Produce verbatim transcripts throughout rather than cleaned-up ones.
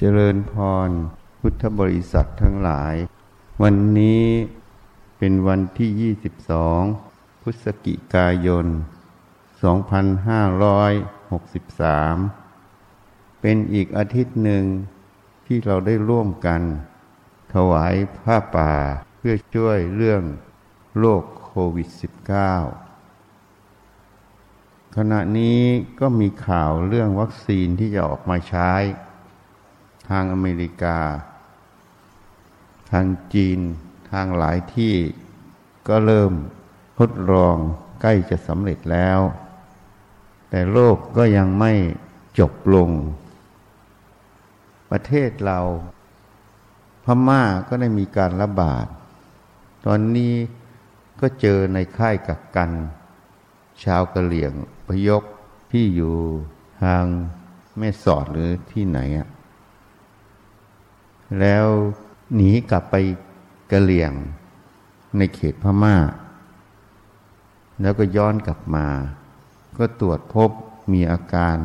เจริญพรพุทธบริษัททั้งหลายวันนี้เป็นวันที่ยี่สิบสองพฤศจิกายนสองพันห้าร้อยหกสิบสามเป็นอีกอาทิตย์หนึ่งที่เราได้ร่วมกันถวายผ้าป่าเพื่อช่วยเรื่องโรคโควิด สิบเก้า ขณะนี้ก็มีข่าวเรื่องวัคซีนที่จะออกมาใช้ทางอเมริกาทางจีนทางหลายที่ก็เริ่มทดลองใกล้จะสำเร็จแล้วแต่โลกก็ยังไม่จบลงประเทศเราพม่าก็ได้มีการระบาดตอนนี้ก็เจอในค่ายกักกันชาวกะเหรี่ยงพยพที่อยู่ทางแม่สอดหรือที่ไหนอ่ะแล้วหนีกลับไปกะเหรี่ยงในเขตพม่าแล้วก็ย้อนกลับมาก็ตรวจพบมีอาการ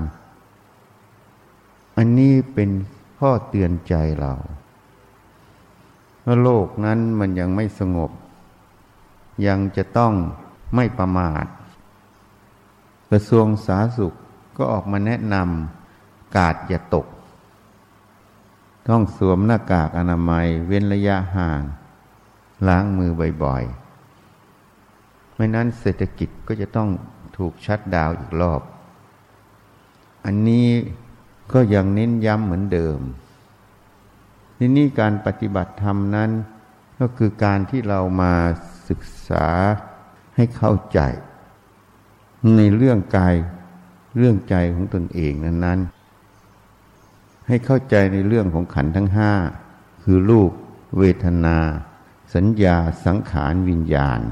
อันนี้เป็นข้อเตือนใจเราว่าโลกนั้นมันยังไม่สงบยังจะต้องไม่ประมาทกระทรวงสาธารณสุขก็ออกมาแนะนำกาดอย่าตกต้องสวมหน้ากากอนามัยเว้นระยะห่างล้างมือบ่อยๆไม่นั้นเศรษฐกิจก็จะต้องถูกชัตดาวน์อีกรอบอันนี้ก็ยังเน้นย้ำเหมือนเดิมทีนี้การปฏิบัติธรรมนั้นก็คือการที่เรามาศึกษาให้เข้าใจในเรื่องกายเรื่องใจของตนเองนั้นๆให้เข้าใจในเรื่องของขันธ์ทั้งห้าคือรูปเวทนาสัญญาสังขารวิญญาณ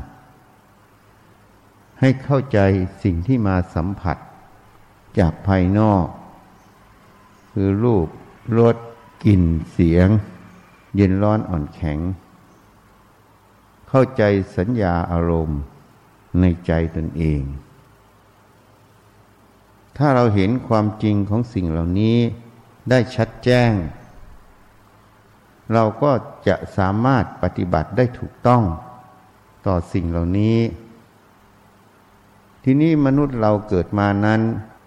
ให้เข้าใจสิ่งที่มาสัมผัสจากภายนอกคือรูปรสกลิ่นเสียงเย็นร้อนอ่อนแข็งเข้าใจสัญญาอารมณ์ในใจตนเองถ้าเราเห็นความจริงของสิ่งเหล่านี้ได้ชัดแจ้งเราก็จะสามารถปฏิบัติได้ถูกต้องต่อสิ่งเหล่านี้ทีนี้มนุษย์เราเกิดมานั้น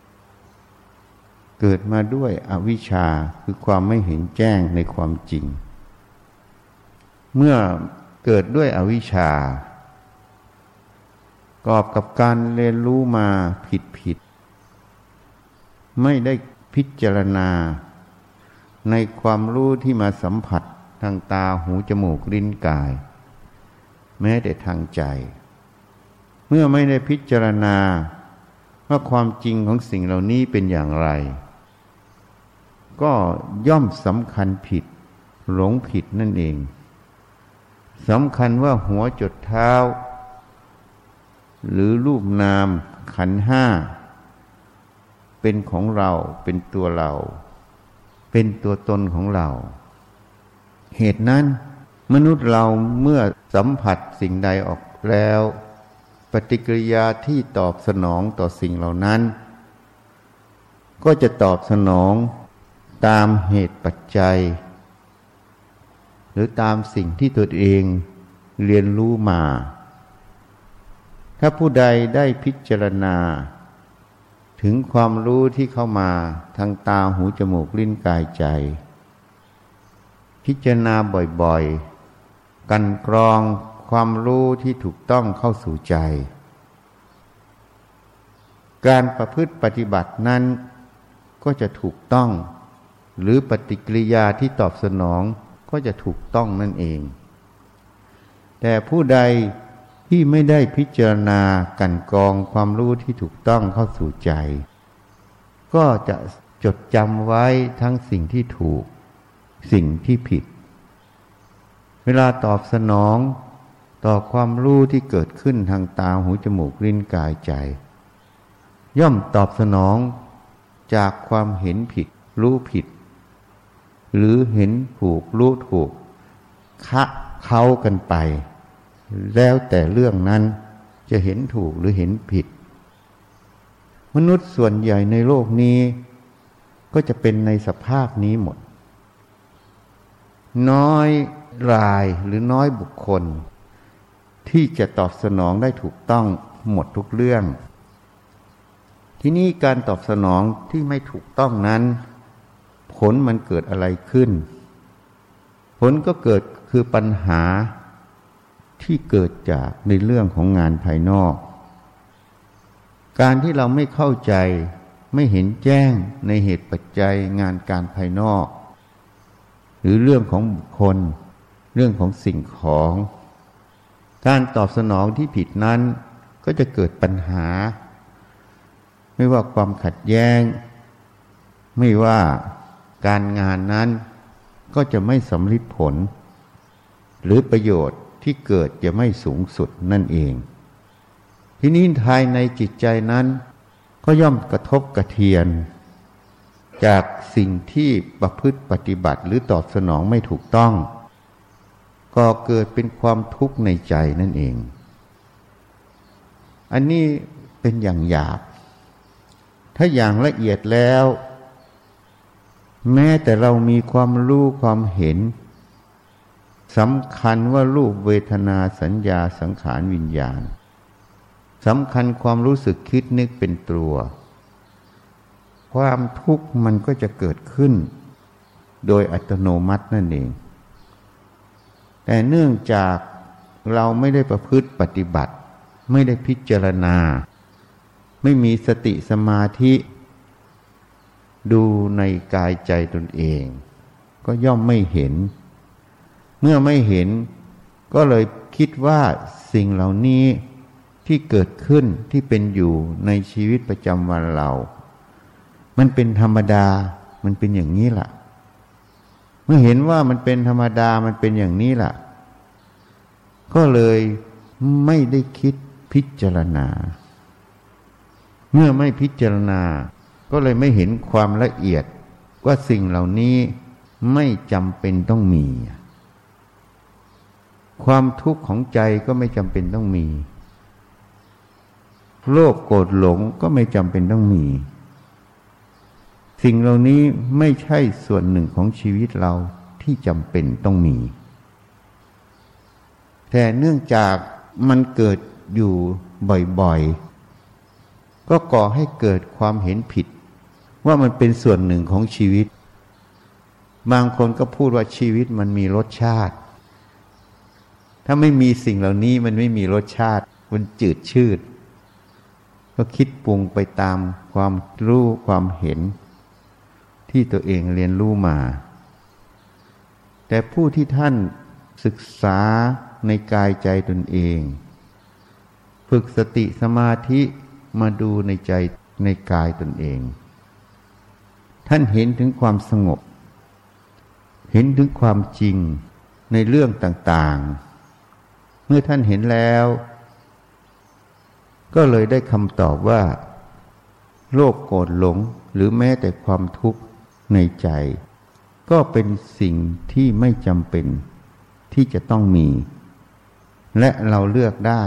เกิดมาด้วยอวิชชาคือความไม่เห็นแจ้งในความจริงเมื่อเกิดด้วยอวิชชากอบกับการเรียนรู้มาผิดผิดไม่ได้พิจารณาในความรู้ที่มาสัมผัสทางตาหูจมูกลิ้นกายแม้แต่ทางใจเมื่อไม่ได้พิจารณาว่าความจริงของสิ่งเหล่านี้เป็นอย่างไรก็ย่อมสำคัญผิดหลงผิดนั่นเองสำคัญว่าหัวจดเท้าหรือรูปนามขันธ์ห้าเป็นของเราเป็นตัวเราเป็นตัวตนของเราเหตุนั้นมนุษย์เราเมื่อสัมผัสสิ่งใดออกแล้วปฏิกิริยาที่ตอบสนองต่อสิ่งเหล่านั้นก็จะตอบสนองตามเหตุปัจจัยหรือตามสิ่งที่ตนเองเรียนรู้มาถ้าผู้ใดได้พิจารณาถึงความรู้ที่เข้ามาทางตาหูจมูกลิ้นกายใจพิจารณาบ่อยๆกันกรองความรู้ที่ถูกต้องเข้าสู่ใจการประพฤติปฏิบัตินั้นก็จะถูกต้องหรือปฏิกิริยาที่ตอบสนองก็จะถูกต้องนั่นเองแต่ผู้ใดที่ไม่ได้พิจารณากันกรองความรู้ที่ถูกต้องเข้าสู่ใจก็จะจดจำไว้ทั้งสิ่งที่ถูกสิ่งที่ผิดเวลาตอบสนองต่อความรู้ที่เกิดขึ้นทางตาหูจมูกลิ้นกายใจย่อมตอบสนองจากความเห็นผิดรู้ผิดหรือเห็นถูกรู้ถูกคะเข้ากันไปแล้วแต่เรื่องนั้นจะเห็นถูกหรือเห็นผิดมนุษย์ส่วนใหญ่ในโลกนี้ก็จะเป็นในสภาพนี้หมดน้อยรายหรือน้อยบุคคลที่จะตอบสนองได้ถูกต้องหมดทุกเรื่องที่นี้การตอบสนองที่ไม่ถูกต้องนั้นผลมันเกิดอะไรขึ้นผลก็เกิดคือปัญหาที่เกิดจากในเรื่องของงานภายนอกการที่เราไม่เข้าใจไม่เห็นแจ้งในเหตุปัจจัยงานการภายนอกหรือเรื่องของบุคคลเรื่องของสิ่งของการตอบสนองที่ผิดนั้นก็จะเกิดปัญหาไม่ว่าความขัดแย้งไม่ว่าการงานนั้นก็จะไม่สำเร็จผลหรือประโยชน์ที่เกิดจะไม่สูงสุดนั่นเองทีนี้ภายในจิตใจนั้นก็ย่อมกระทบกระเทือนจากสิ่งที่ประพฤติปฏิบัติหรือตอบสนองไม่ถูกต้องก็เกิดเป็นความทุกข์ในใจนั่นเองอันนี้เป็นอย่างหยาบถ้าอย่างละเอียดแล้วแม้แต่เรามีความรู้ความเห็นสำคัญว่ารูปเวทนาสัญญาสังขารวิญญาณสำคัญความรู้สึกคิดนึกเป็นตัวความทุกข์มันก็จะเกิดขึ้นโดยอัตโนมัตินั่นเองแต่เนื่องจากเราไม่ได้ประพฤติปฏิบัติไม่ได้พิจารณาไม่มีสติสมาธิดูในกายใจตนเองก็ย่อมไม่เห็นเมื่อไม่เห็นก็เลยคิดว่าสิ่งเหล่านี้ที่เกิดขึ้นที่เป็นอยู่ในชีวิตประจำวันเรามันเป็นธรรมดามันเป็นอย่างนี้ล่ะเมื่อเห็นว่ามันเป็นธรรมดามันเป็นอย่างนี้ล่ะก็เลยไม่ได้คิดพิจารณาเมื่อไม่พิจารณาก็เลยไม่เห็นความละเอียดว่าสิ่งเหล่านี้ไม่จำเป็นต้องมีความทุกข์ของใจก็ไม่จำเป็นต้องมีโลภโกรธหลงก็ไม่จำเป็นต้องมีสิ่งเหล่านี้ไม่ใช่ส่วนหนึ่งของชีวิตเราที่จำเป็นต้องมีแต่เนื่องจากมันเกิดอยู่บ่อยๆก็ก่อให้เกิดความเห็นผิดว่ามันเป็นส่วนหนึ่งของชีวิตบางคนก็พูดว่าชีวิตมันมีรสชาติถ้าไม่มีสิ่งเหล่านี้มันไม่มีรสชาติมันจืดชืดก็คิดปรุงไปตามความรู้ความเห็นที่ตัวเองเรียนรู้มาแต่ผู้ที่ท่านศึกษาในกายใจตนเองฝึกสติสมาธิมาดูในใจในกายตนเองท่านเห็นถึงความสงบเห็นถึงความจริงในเรื่องต่างๆเมื่อท่านเห็นแล้วก็เลยได้คำตอบว่าโลภโกรธหลงหรือแม้แต่ความทุกข์ในใจก็เป็นสิ่งที่ไม่จำเป็นที่จะต้องมีและเราเลือกได้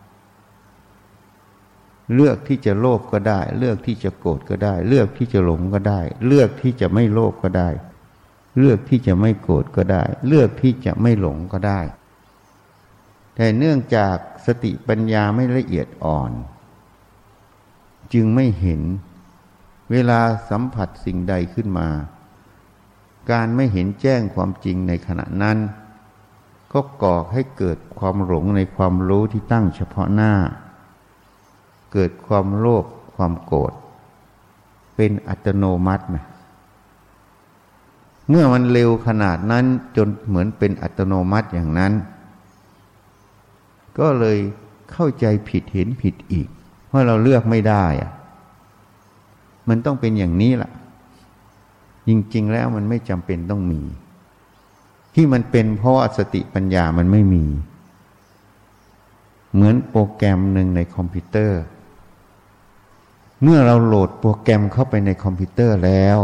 เลือกที่จะโลภก็ได้เลือกที่จะโกรธก็ได้เลือกที่จะหลงก็ได้เลือกที่จะไม่โลภก็ได้เลือกที่จะไม่โกรธก็ได้เลือกที่จะไม่หลงก็ได้แต่เนื่องจากสติปัญญาไม่ละเอียดอ่อนจึงไม่เห็นเวลาสัมผัสสิ่งใดขึ้นมาการไม่เห็นแจ้งความจริงในขณะนั้นก็ก่อให้เกิดความหลงในความรู้ที่ตั้งเฉพาะหน้าเกิดความโลภความโกรธเป็นอัตโนมัตินะเมื่อมันเร็วขนาดนั้นจนเหมือนเป็นอัตโนมัติอย่างนั้นก็เลยเข้าใจผิดเห็นผิดอีกเพราะเราเลือกไม่ได้อะมันต้องเป็นอย่างนี้ล่ะจริงๆแล้วมันไม่จำเป็นต้องมีที่มันเป็นเพราะสติปัญญามันไม่มีเหมือนโปรแกรมหนึ่งในคอมพิวเตอร์เมื่อเราโหลดโปรแกรมเข้าไปในคอมพิวเตอร์แล้ว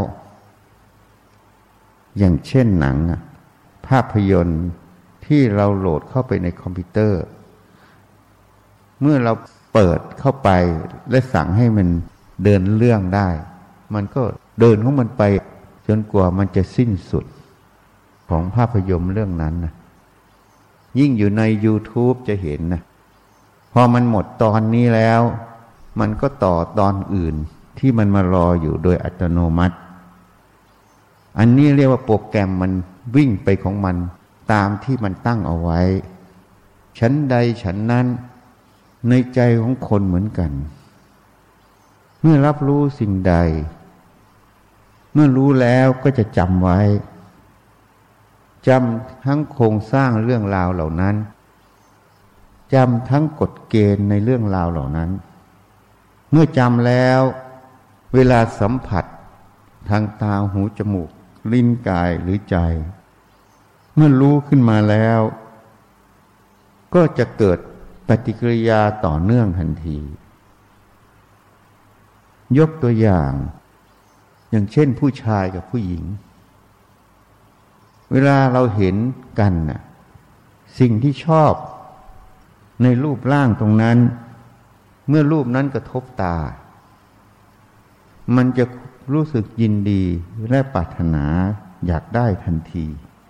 อย่างเช่นหนังภาพยนตร์ที่เราโหลดเข้าไปในคอมพิวเตอร์เมื่อเราเปิดเข้าไปและสั่งให้มันเดินเรื่องได้มันก็เดินของมันไปจนกว่ามันจะสิ้นสุดของภาพยนตร์เรื่องนั้นนะยิ่งอยู่ใน YouTube จะเห็นนะพอมันหมดตอนนี้แล้วมันก็ต่อตอนอื่นที่มันมารออยู่โดยอัตโนมัติอันนี้เรียกว่าโปรแกรมมันวิ่งไปของมันตามที่มันตั้งเอาไว้ฉันใดฉันนั้นในใจของคนเหมือนกันเมื่อรับรู้สิ่งใดเมื่อรู้แล้วก็จะจำไว้จำทั้งโครงสร้างเรื่องราวเหล่านั้นจำทั้งกฎเกณฑ์ในเรื่องราวเหล่านั้นเมื่อจำแล้วเวลาสัมผัสทางตาหูจมูกลิ้นกายหรือใจเมื่อรู้ขึ้นมาแล้วก็จะเกิดปฏิกิริยาต่อเนื่องทันทียกตัวอย่างอย่างเช่นผู้ชายกับผู้หญิงเวลาเราเห็นกันน่ะสิ่งที่ชอบในรูปร่างตรงนั้นเมื่อรูปนั้นกระทบตามันจะรู้สึกยินดีและปรารถนาอยากได้ทันที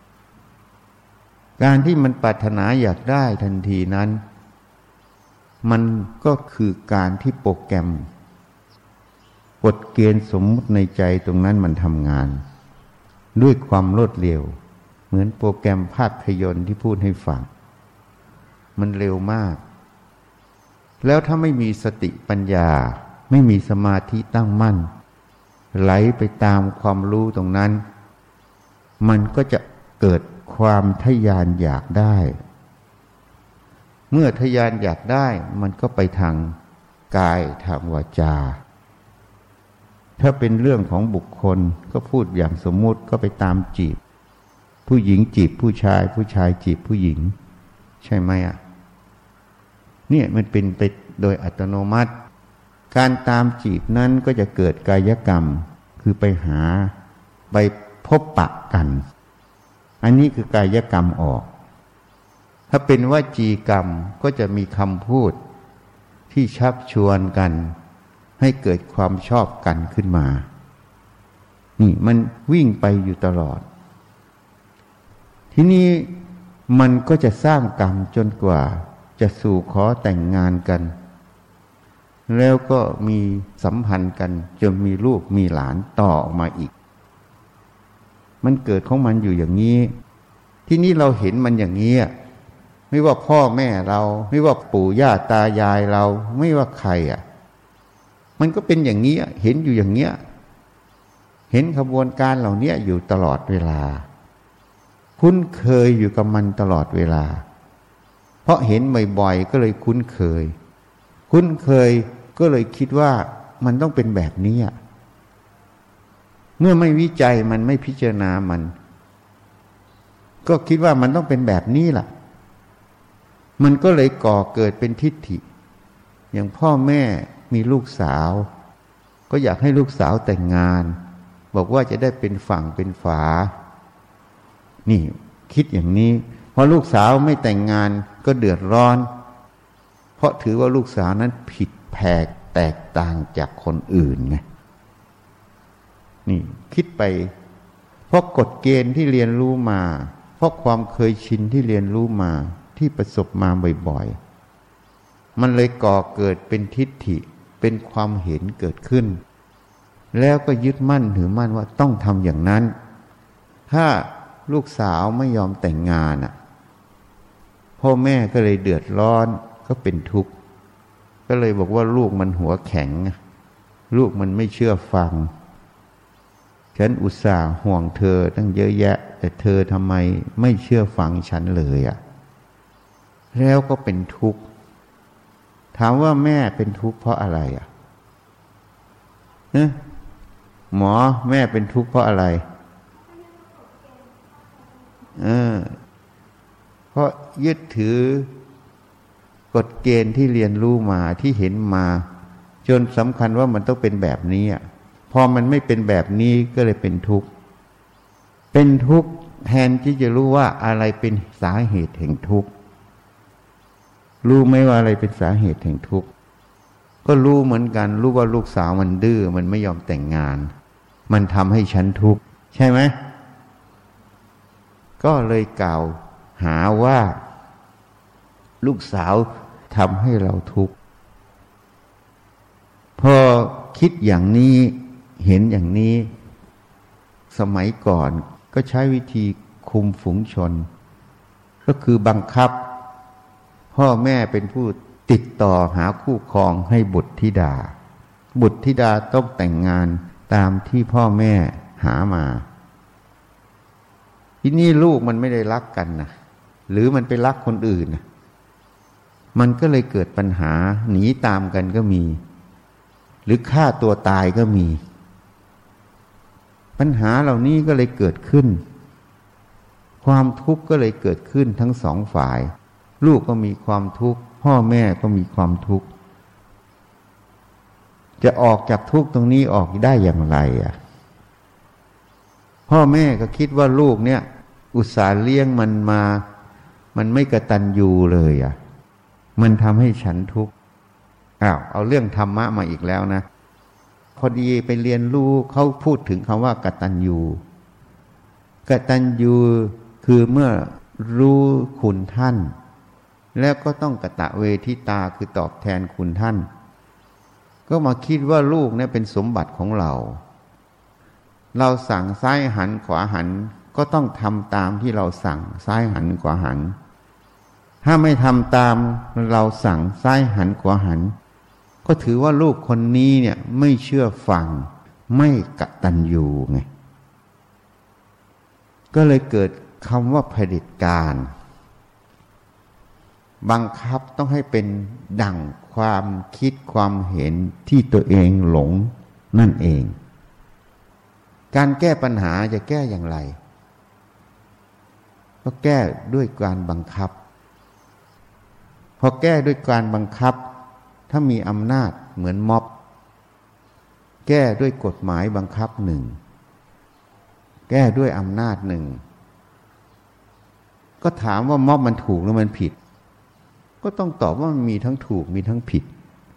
การที่มันปรารถนาอยากได้ทันทีนั้นมันก็คือการที่โปรแกรมกฎเกณฑ์สมมุติในใจตรงนั้นมันทำงานด้วยความรวดเร็วเหมือนโปรแกรมภาพยนตร์ที่พูดให้ฟังมันเร็วมากแล้วถ้าไม่มีสติปัญญาไม่มีสมาธิตั้งมั่นไหลไปตามความรู้ตรงนั้นมันก็จะเกิดความทะยานอยากได้เมื่อทะยานอยากได้มันก็ไปทางกายทางวาจาถ้าเป็นเรื่องของบุคคลก็พูดอย่างสมมุติก็ไปตามจีบผู้หญิงจีบผู้ชายผู้ชายจีบผู้หญิงใช่ไหมอ่ะเนี่ยมันเป็นไปโดยอัตโนมัติการตามจีบนั้นก็จะเกิดกายกรรมคือไปหาไปพบปะกันอันนี้คือกายกรรมออกถ้าเป็นวจีกรรมก็จะมีคำพูดที่ชักชวนกันให้เกิดความชอบกันขึ้นมานี่มันวิ่งไปอยู่ตลอดทีนี้มันก็จะสร้างกรรมจนกว่าจะสู่ขอแต่งงานกันแล้วก็มีสัมพันธ์กันจนมีลูกมีหลานต่อออกมาอีกมันเกิดของมันอยู่อย่างนี้ที่นี่เราเห็นมันอย่างนี้ไม่ว่าพ่อแม่เราไม่ว่าปู่ย่าตายายเราไม่ว่าใครอ่ะมันก็เป็นอย่างนี้เห็นอยู่อย่างเนี้ยเห็นขบวนการเหล่านี้อยู่ตลอดเวลาคุ้นเคยอยู่กับมันตลอดเวลาเพราะเห็นบ่อยๆก็เลยคุ้นเคยคุ้นเคยก็เลยคิดว่ามันต้องเป็นแบบนี้เมื่อไม่วิจัยมันไม่พิจารณามันก็คิดว่ามันต้องเป็นแบบนี้ล่ะมันก็เลยก่อเกิดเป็นทิฏฐิอย่างพ่อแม่มีลูกสาวก็อยากให้ลูกสาวแต่งงานบอกว่าจะได้เป็นฝั่งเป็นฝานี่คิดอย่างนี้พอลูกสาวไม่แต่งงานก็เดือดร้อนเพราะถือว่าลูกสาวนั้นผิดแผกแตกต่างจากคนอื่นไงนี่คิดไปเพราะกฎเกณฑ์ที่เรียนรู้มาเพราะความเคยชินที่เรียนรู้มาที่ประสบมาบ่อยๆมันเลยก่อเกิดเป็นทิฏฐิเป็นความเห็นเกิดขึ้นแล้วก็ยึดมั่นถือมั่นว่าต้องทำอย่างนั้นถ้าลูกสาวไม่ยอมแต่งงานอ่ะพ่อแม่ก็เลยเดือดร้อนก็เป็นทุกข์ก็เลยบอกว่าลูกมันหัวแข็งลูกมันไม่เชื่อฟังฉันอุตส่าห์ห่วงเธอตั้งเยอะแยะแต่เธอทำไมไม่เชื่อฟังฉันเลยอ่ะแล้วก็เป็นทุกข์ถามว่าแม่เป็นทุกข์เพราะอะไรอ่ะหมอแม่เป็นทุกข์เพราะอะไรเออเพราะยึดถือกฎเกณฑ์ที่เรียนรู้มาที่เห็นมาจนสำคัญว่ามันต้องเป็นแบบนี้อ่ะพอมันไม่เป็นแบบนี้ก็เลยเป็นทุกข์เป็นทุกข์แทนที่จะรู้ว่าอะไรเป็นสาเหตุแห่งทุกข์รู้ไหมว่าอะไรเป็นสาเหตุแห่งทุกข์ก็รู้เหมือนกันรู้ว่าลูกสาวมันดื้อมันไม่ยอมแต่งงานมันทำให้ฉันทุกข์ใช่ไหมก็เลยกล่าวหาว่าลูกสาวทำให้เราทุกข์พอคิดอย่างนี้เห็นอย่างนี้สมัยก่อนก็ใช้วิธีคุมฝูงชนก็คือบังคับพ่อแม่เป็นผู้ติดต่อหาคู่ครองให้บุตรธิดาบุตรธิดาต้องแต่งงานตามที่พ่อแม่หามาที่นี่ลูกมันไม่ได้รักกันนะหรือมันไปรักคนอื่นนะมันก็เลยเกิดปัญหาหนีตามกันก็มีหรือฆ่าตัวตายก็มีปัญหาเหล่านี้ก็เลยเกิดขึ้นความทุกข์ก็เลยเกิดขึ้นทั้งสองฝ่ายลูกก็มีความทุกข์พ่อแม่ก็มีความทุกข์จะออกจากทุกข์ตรงนี้ออกได้อย่างไรอ่ะพ่อแม่ก็คิดว่าลูกเนี่ยอุตส่าห์เลี้ยงมันมามันไม่กตัญญูเลยอ่ะมันทำให้ฉันทุกข์อ้าวเอาเรื่องธรรมะมาอีกแล้วนะพอดีไปเรียนรู้เขาพูดถึงคำว่ากตัญญูกตัญญูคือเมื่อรู้คุณท่านแล้วก็ต้องกตเวทิตาคือตอบแทนคุณท่านก็มาคิดว่าลูกเนี่ยเป็นสมบัติของเราเราสั่งซ้ายหันขวาหันก็ต้องทำตามที่เราสั่งซ้ายหันขวาหันถ้าไม่ทำตามเราสั่งซ้ายหันขวาหันก็ถือว่าลูกคนนี้เนี่ยไม่เชื่อฟังไม่กตัญญูไงก็เลยเกิดคำว่าเผด็จการบังคับต้องให้เป็นดั่งความคิดความเห็นที่ตัวเองหลงนั่นเองการแก้ปัญหาจะแก้อย่างไรก็แก้ด้วยการบังคับพอแก้ด้วยการบังคับถ้ามีอำนาจเหมือนม็อบแก้ด้วยกฎหมายบังคับหนึ่งแก้ด้วยอำนาจหนึ่งก็ถามว่าม็อบมันถูกหรือมันผิดก็ต้องตอบว่ามันมีทั้งถูกมีทั้งผิด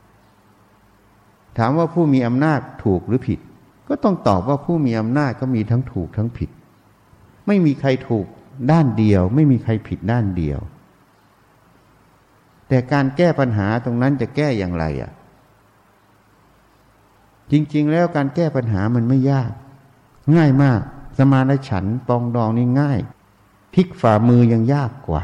ถามว่าผู้มีอำนาจถูกหรือผิดก็ต้องตอบว่าผู้มีอำนาจก็มีทั้งถูกทั้งผิดไม่มีใครถูกด้านเดียวไม่มีใครผิดด้านเดียวแต่การแก้ปัญหาตรงนั้นจะแก้อย่างไรอ่ะจริงๆแล้วการแก้ปัญหามันไม่ยากง่ายมากสมานฉันท์ปองดองนี่ง่ายพลิกฝ่ามือยังยากกว่า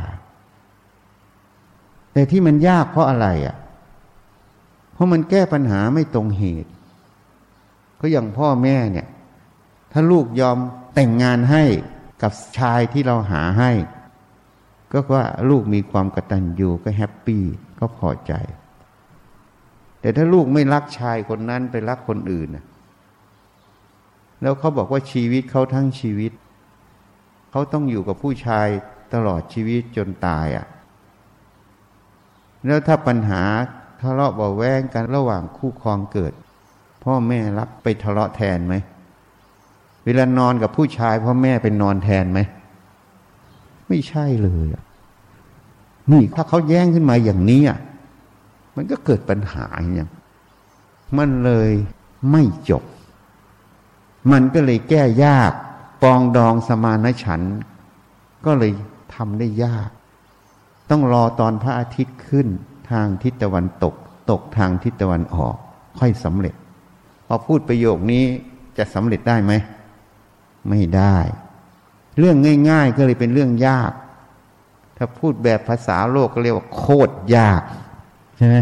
แต่ที่มันยากเพราะอะไรอ่ะเพราะมันแก้ปัญหาไม่ตรงเหตุก็อย่างพ่อแม่เนี่ยถ้าลูกยอมแต่งงานให้กับชายที่เราหาให้ก็ว่าลูกมีความกตัญญูก็แฮปปี้ก็พอใจแต่ถ้าลูกไม่รักชายคนนั้นไปรักคนอื่นนะแล้วเขาบอกว่าชีวิตเขาทั้งชีวิตเขาต้องอยู่กับผู้ชายตลอดชีวิตจนตายอ่ะแล้วถ้าปัญหาทะเลาะเบาแว้งกันระหว่างคู่ครองเกิดพ่อแม่รับไปทะเลาะแทนไหมเวลานอนกับผู้ชายพ่อแม่เป็นนอนแทนไหมไม่ใช่เลยอ่ะนี่ถ้าเขาแย้งขึ้นมาอย่างนี้อ่ะมันก็เกิดปัญหาอย่างมันเลยไม่จบมันก็เลยแก้ยากปองดองสมานฉันท์ก็เลยทำได้ยากต้องรอตอนพระอาทิตย์ขึ้นทางทิศตะวันตกตกทางทิศตะวันออกค่อยสำเร็จพอพูดประโยคนี้จะสำเร็จได้ไหมไม่ได้เรื่องง่ายๆก็เลยเป็นเรื่องยากถ้าพูดแบบภาษาโลกก็เรียกว่าโคตรยากใช่ไหม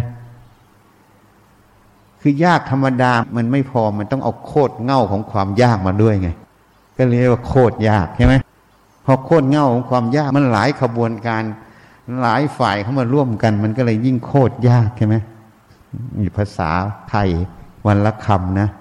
คือยากธรรมดามันไม่พอมันต้องเอาโคตรเง่าของความยากมาด้วยไงก็เรียกว่าโคตรยากใช่ไหมพอโคตรเง่าของความยากมันหลายขบวนการหลายฝ่ายเข้ามาร่วมกันมันก็เลยยิ่งโคตรยากใช่ไหมมีภาษาไทยวันละคำนะ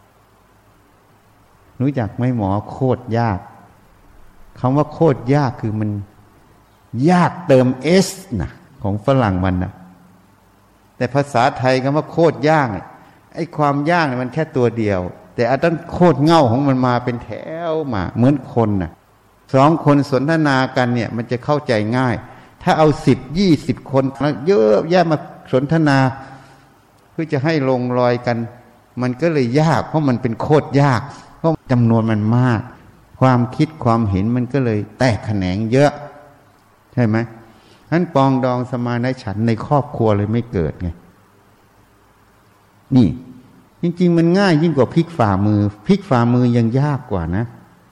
รู้จักไหมหมอโคตรยากคำว่าโคตรยากคือมันยากเติม s นะของฝรั่งมันนะแต่ภาษาไทยคำว่าโคตรยากไอ้ความยากเนี่ยมันแค่ตัวเดียวแต่อันนั้นโคตรเง่าของมันมาเป็นแถวมาเหมือนคนนะสองคนสนทนากันเนี่ยมันจะเข้าใจง่ายถ้าเอาสิบยี่สิบคนแล้วเยอะแยะมาสนทนาเพื่อจะให้ลงรอยกันมันก็เลยยากเพราะมันเป็นโคตรยากเพราะจำนวนมันมากพอความคิดความเห็นมันก็เลยแตกแขนงเยอะใช่ไหมนั้นปองดองสมานฉันท์ในครอบครัวเลยไม่เกิดไงนี่จริงๆมันง่ายยิ่งกว่าพลิกฝ่ามือพลิกฝ่ามือยังยากกว่านะ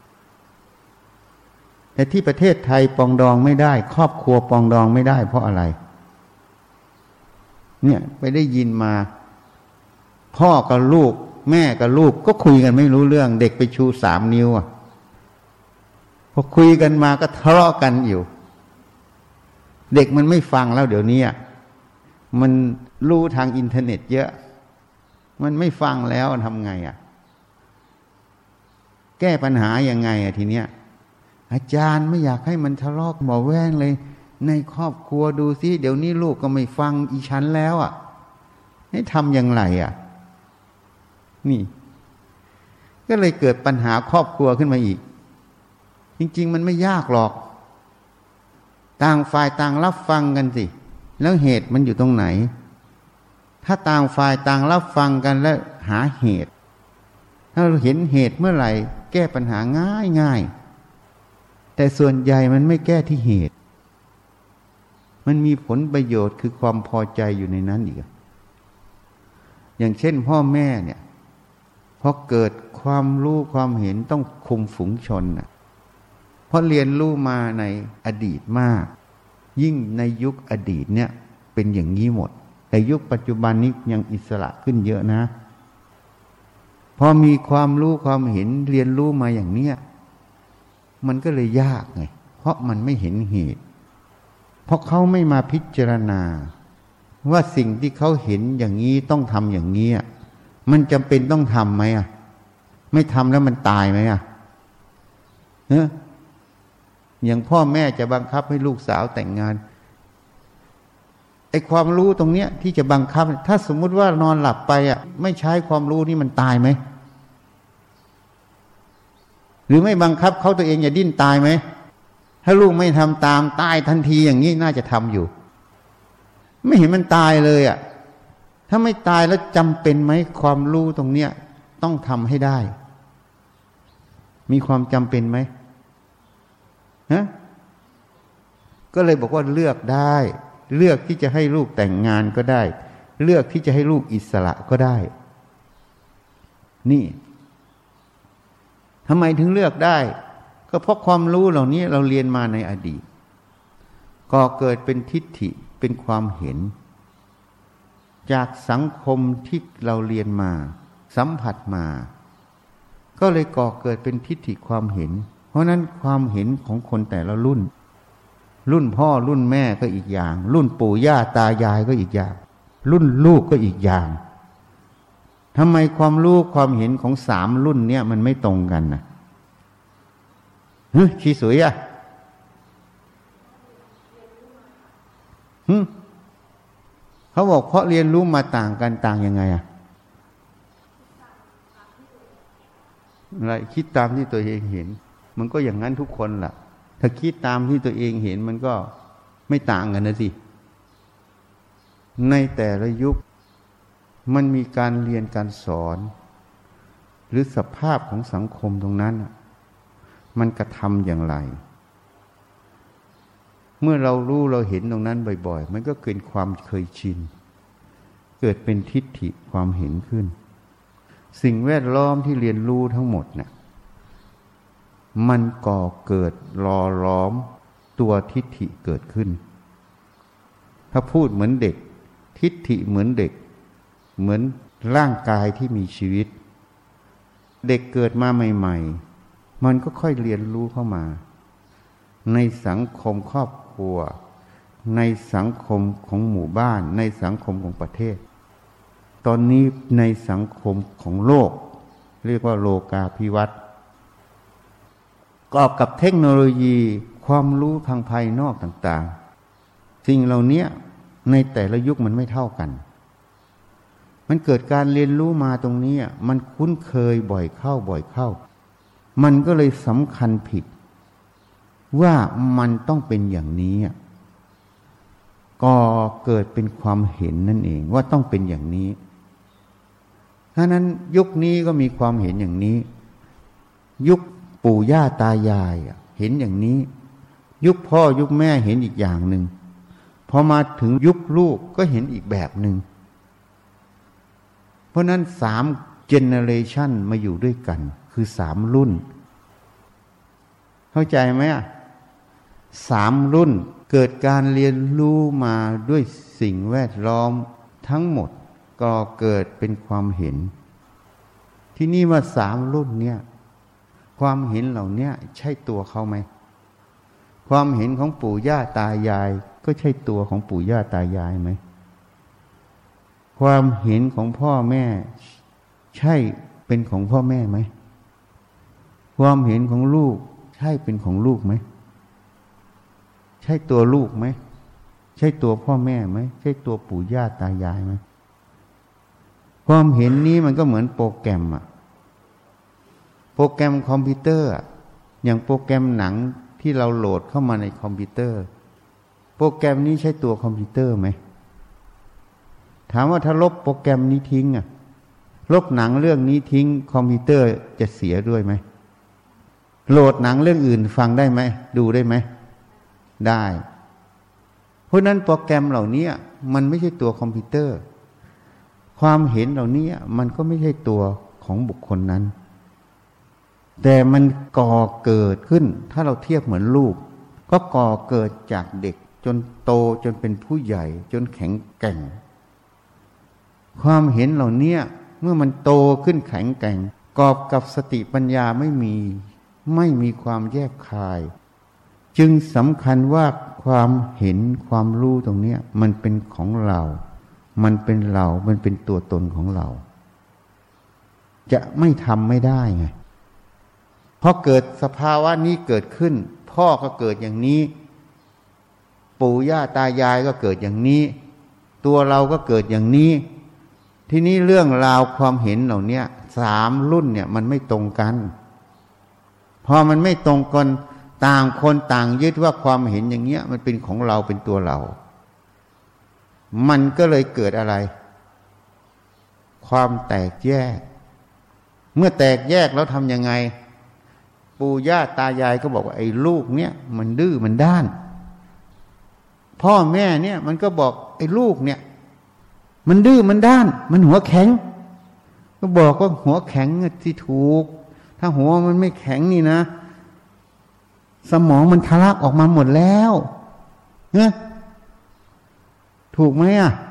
แต่ที่ประเทศไทยปองดองไม่ได้ครอบครัวปองดองไม่ได้เพราะอะไรเนี่ยไปได้ยินมาพ่อกับลูกแม่กับลูกก็คุยกันไม่รู้เรื่องเด็กไปชูสามนิ้วอ่ะพอคุยกันมาก็ทะเลาะกันอยู่เด็กมันไม่ฟังแล้วเดี๋ยวนี้มันรู้ทางอินเทอร์เน็ตเยอะมันไม่ฟังแล้วทำไงอ่ะแก้ปัญหายังไงอ่ะทีเนี้ยอาจารย์ไม่อยากให้มันทะเลาะหมอแว่งเลยในครอบครัวดูสิเดี๋ยวนี้ลูกก็ไม่ฟังอีฉันแล้วอ่ะให้ทำอย่างไรอ่ะนี่ก็เลยเกิดปัญหาครอบครัวขึ้นมาอีกจริงๆมันไม่ยากหรอกต่างฝ่ายต่างรับฟังกันสิแล้วเหตุมันอยู่ตรงไหนถ้าต่างฝ่ายต่างรับฟังกันแล้วหาเหตุถ้าเราเห็นเหตุเมื่อไหร่แก้ปัญหาง่ายง่ายแต่ส่วนใหญ่มันไม่แก้ที่เหตุมันมีผลประโยชน์คือความพอใจอยู่ในนั้นอีกอย่างเช่นพ่อแม่เนี่ยพอเกิดความรู้ความเห็นต้องคุมฝูงชนน่ะเพราะเรียนรู้มาในอดีตมากยิ่งในยุคอดีตเนี่ยเป็นอย่างนี้หมดแต่ยุคปัจจุบันนี้ยังอิสระขึ้นเยอะนะพอมีความรู้ความเห็นเรียนรู้มาอย่างเนี้ยมันก็เลยยากไงเพราะมันไม่เห็นเหตุเพราะเขาไม่มาพิจารณาว่าสิ่งที่เขาเห็นอย่างนี้ต้องทำอย่างนี้มันจำเป็นต้องทำไหมอ่ะไม่ทำแล้วมันตายไหมอ่ะเนอะอย่างพ่อแม่จะบังคับให้ลูกสาวแต่งงานไอ้ความรู้ตรงเนี้ยที่จะบังคับถ้าสมมุติว่านอนหลับไปอ่ะไม่ใช้ความรู้นี่มันตายไหมหรือไม่บังคับเขาตัวเองอย่าดิ้นตายไหมถ้าลูกไม่ทำตามตายทันทีอย่างนี้น่าจะทำอยู่ไม่เห็นมันตายเลยอ่ะถ้าไม่ตายแล้วจำเป็นไหมความรู้ตรงเนี้ยต้องทำให้ได้มีความจำเป็นไหมฮะก็เลยบอกว่าเลือกได้เลือกที่จะให้ลูกแต่งงานก็ได้เลือกที่จะให้ลูกอิสระก็ได้นี่ทำไมถึงเลือกได้ก็เพราะความรู้เหล่านี้เราเรียนมาในอดีตก็เกิดเป็นทิฏฐิเป็นความเห็นจากสังคมที่เราเรียนมาสัมผัสมาก็เลยก่อเกิดเป็นทิฏฐิความเห็นเพราะนั้นความเห็นของคนแต่ละรุ่นรุ่นพ่อรุ่นแม่ก็อีกอย่างรุ่นปู่ย่าตายายก็อีกอย่างรุ่นลูกก็อีกอย่างทำไมความรู้ความเห็นของสามรุ่นเนี้ยมันไม่ตรงกันนะเฮ้ยชีสวยอ่ะฮึเขาบอกเพราะเรียนรู้มาต่างกันต่างยังไงอ่ะอะไรคิดตามที่ตัวเองเห็นมันก็อย่างนั้นทุกคนล่ะถ้าคิดตามที่ตัวเองเห็นมันก็ไม่ต่างกันนะสิในแต่ละยุคมันมีการเรียนการสอนหรือสภาพของสังคมตรงนั้นมันกระทำอย่างไรเมื่อเรารู้เราเห็นตรงนั้นบ่อยๆมันก็เกิดความเคยชินเกิดเป็นทิฏฐิความเห็นขึ้นสิ่งแวดล้อมที่เรียนรู้ทั้งหมดเนี่ยมันก่อเกิดรอล้อมตัวทิฏฐิเกิดขึ้นถ้าพูดเหมือนเด็กทิฏฐิเหมือนเด็กเหมือนร่างกายที่มีชีวิตเด็กเกิดมาใหม่ๆมันก็ค่อยเรียนรู้เข้ามาในสังคมครอบครัวในสังคมของหมู่บ้านในสังคมของประเทศตอนนี้ในสังคมของโลกเรียกว่าโลกาภิวัตน์กอบกับเทคโนโลยีความรู้ทางภายนอกต่างๆสิ่งเหล่านี้ในแต่ละยุคมันไม่เท่ากันมันเกิดการเรียนรู้มาตรงนี้มันคุ้นเคยบ่อยเข้าบ่อยเข้ามันก็เลยสำคัญผิดว่ามันต้องเป็นอย่างนี้ก็เกิดเป็นความเห็นนั่นเองว่าต้องเป็นอย่างนี้ฉะนั้นยุคนี้ก็มีความเห็นอย่างนี้ยุคปู่ย่าตายายเห็นอย่างนี้ยุคพ่อยุคแม่เห็นอีกอย่างหนึ่งพอมาถึงยุคลูกก็เห็นอีกแบบหนึ่งเพราะนั้นสามเจเนเรชันมาอยู่ด้วยกันคือสามรุ่นเข้าใจไหมอ่ะสามรุ่นเกิดการเรียนรู้มาด้วยสิ่งแวดล้อมทั้งหมดก็เกิดเป็นความเห็นที่นี่ว่าสามรุ่นเนี่ยความเห็นเหล่านี้ใช่ตัวเขาไหมความเห็นของปู่ย่าตายายก็ใช่ตัวของปู่ย่าตายายไหมความเห็นของพ่อแม่ใช่เป็นของพ่อแม่ไหมความเห็นของลูกใช่เป็นของลูกไหมใช่ตัวลูกไหมใช่ตัวพ่อแม่ไหมใช่ตัวปู่ย่าตายายไหมความเห็นนี้มันก็เหมือนโปรแกรมอะโปรแกรมคอมพิวเตอร์อย่างโปรแกรมหนังที่เราโหลดเข้ามาในคอมพิวเตอร์โปรแกรมนี้ใช่ตัวคอมพิวเตอร์ไหมถามว่าถ้าลบโปรแกรมนี้ทิ้งอะลบหนังเรื่องนี้ทิ้งคอมพิวเตอร์จะเสียด้วยไหมโหลดหนังเรื่องอื่นฟังได้ไหมดูได้ไหมได้เพราะนั้นโปรแกรมเหล่านี้มันไม่ใช่ตัวคอมพิวเตอร์ความเห็นเหล่านี้มันก็ไม่ใช่ตัวของบุคคลนั้นแต่มันก่อเกิดขึ้นถ้าเราเทียบเหมือนลูกก็ก่อเกิดจากเด็กจนโตจนเป็นผู้ใหญ่จนแข็งแกร่งความเห็นเหล่านี้เมื่อมันโตขึ้นแข็งแกร่งกอบกับสติปัญญาไม่มีไม่มีความแยกคายจึงสำคัญว่าความเห็นความรู้ตรงนี้มันเป็นของเรามันเป็นเรามันเป็นตัวตนของเราจะไม่ทำไม่ได้ไงพอเกิดสภาวะนี้เกิดขึ้นพ่อก็เกิดอย่างนี้ปู่ย่าตายายก็เกิดอย่างนี้ตัวเราก็เกิดอย่างนี้ทีนี้เรื่องราวความเห็นเหล่านี้สามรุ่นเนี่ยมันไม่ตรงกันพอมันไม่ตรงกันต่างคนต่างยึดว่าความเห็นอย่างเงี้ยมันเป็นของเราเป็นตัวเรามันก็เลยเกิดอะไรความแตกแยกเมื่อแตกแยกแล้วทำยังไงปู่ย่าตายายก็บอกว่าไอ้ลูกเนี่ยมันดื้อมันด้านพ่อแม่เนี่ยมันก็บอกไอ้ลูกเนี่ยมันดื้อมันด้านมันหัวแข็งก็บอกว่าหัวแข็งที่ถูกถ้าหัวมันไม่แข็งนี่นะสมองมันทะลักออกมาหมดแล้วเนี่ยถูกไหมอ่ะ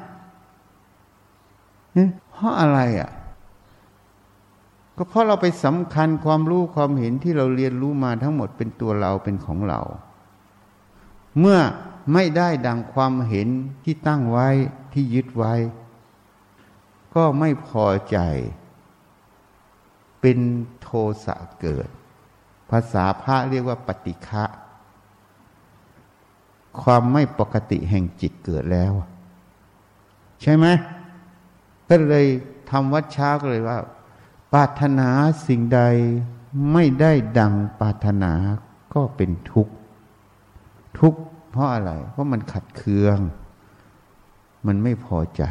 เนี่ยเพราะอะไรอ่ะก็เพราะเราไปสำคัญความรู้ความเห็นที่เราเรียนรู้มาทั้งหมดเป็นตัวเราเป็นของเราเมื่อไม่ได้ดังความเห็นที่ตั้งไว้ที่ยึดไว้ก็ไม่พอใจเป็นโทสะเกิดภาษาพระเรียกว่าปฏิฆะความไม่ปกติแห่งจิตเกิดแล้วใช่ไหมก็เลยทำวัดเช้าก็เลยว่าปรารถนาสิ่งใดไม่ได้ดังปรารถนาก็เป็นทุกข์ทุกข์เพราะอะไรเพราะมันขัดเคืองมันไม่พอใจ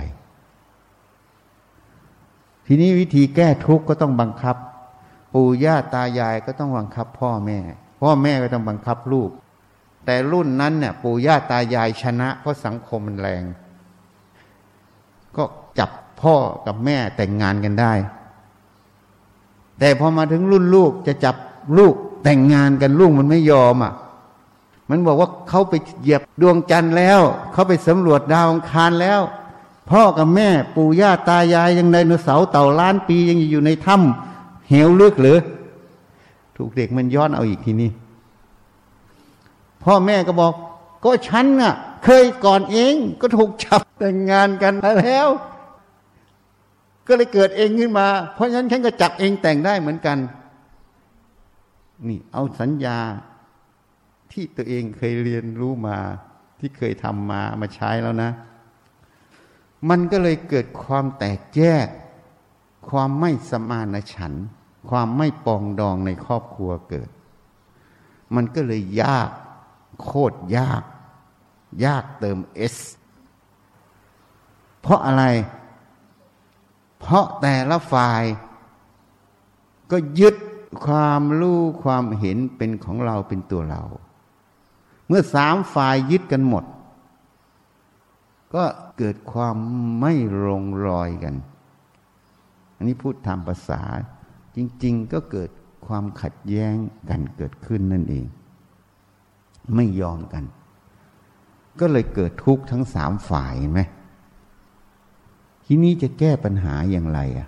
ทีนี้วิธีแก้ทุกข์ก็ต้องบังคับปู่ย่าตายายก็ต้องบังคับพ่อแม่พ่อแม่ก็ต้องบังคับลูกแต่รุ่นนั้นเนี่ยปู่ย่าตายายชนะเพราะสังคมมันแรงก็จับพ่อกับแม่แต่งงานกันได้แต่พอมาถึงรุ่นลูกจะจับลูกแต่งงานกันลูกมันไม่ยอมอ่ะมันบอกว่าเขาไปเหยียบดวงจันทร์แล้วเขาไปสำรวจดาวอังคารแล้วพ่อกับแม่ปู่ย่าตายายยังไดโนเสาร์เต่าล้านปียังอยู่ในถ้ำเหวลึกหรือถูกเด็กมันย้อนเอาอีกทีนี้พ่อแม่ก็บอกก็ฉันน่ะเคยก่อนเองก็ถูกจับแต่งงานกันแล้วก็เลยเกิดเองขึ้นมาเพราะฉะนั้นฉันก็จับเองแต่งได้เหมือนกันนี่เอาสัญญาที่ตัวเองเคยเรียนรู้มาที่เคยทำมามาใช้แล้วนะมันก็เลยเกิดความแตกแยกความไม่สมานฉันท์ความไม่ปองดองในครอบครัวเกิดมันก็เลยยากโคตรยากยากเติมเอสเพราะอะไรเพราะแต่ละฝ่ายก็ยึดความรู้ความเห็นเป็นของเราเป็นตัวเราเมื่อสามฝ่ายยึดกันหมดก็เกิดความไม่ลงรอยกันอันนี้พูดตามภาษาจริงๆก็เกิดความขัดแย้งกันเกิดขึ้นนั่นเองไม่ยอมกันก็เลยเกิดทุกข์ทั้งสามฝ่ายเห็นไหมทีนี้จะแก้ปัญหาอย่างไรอ่ะ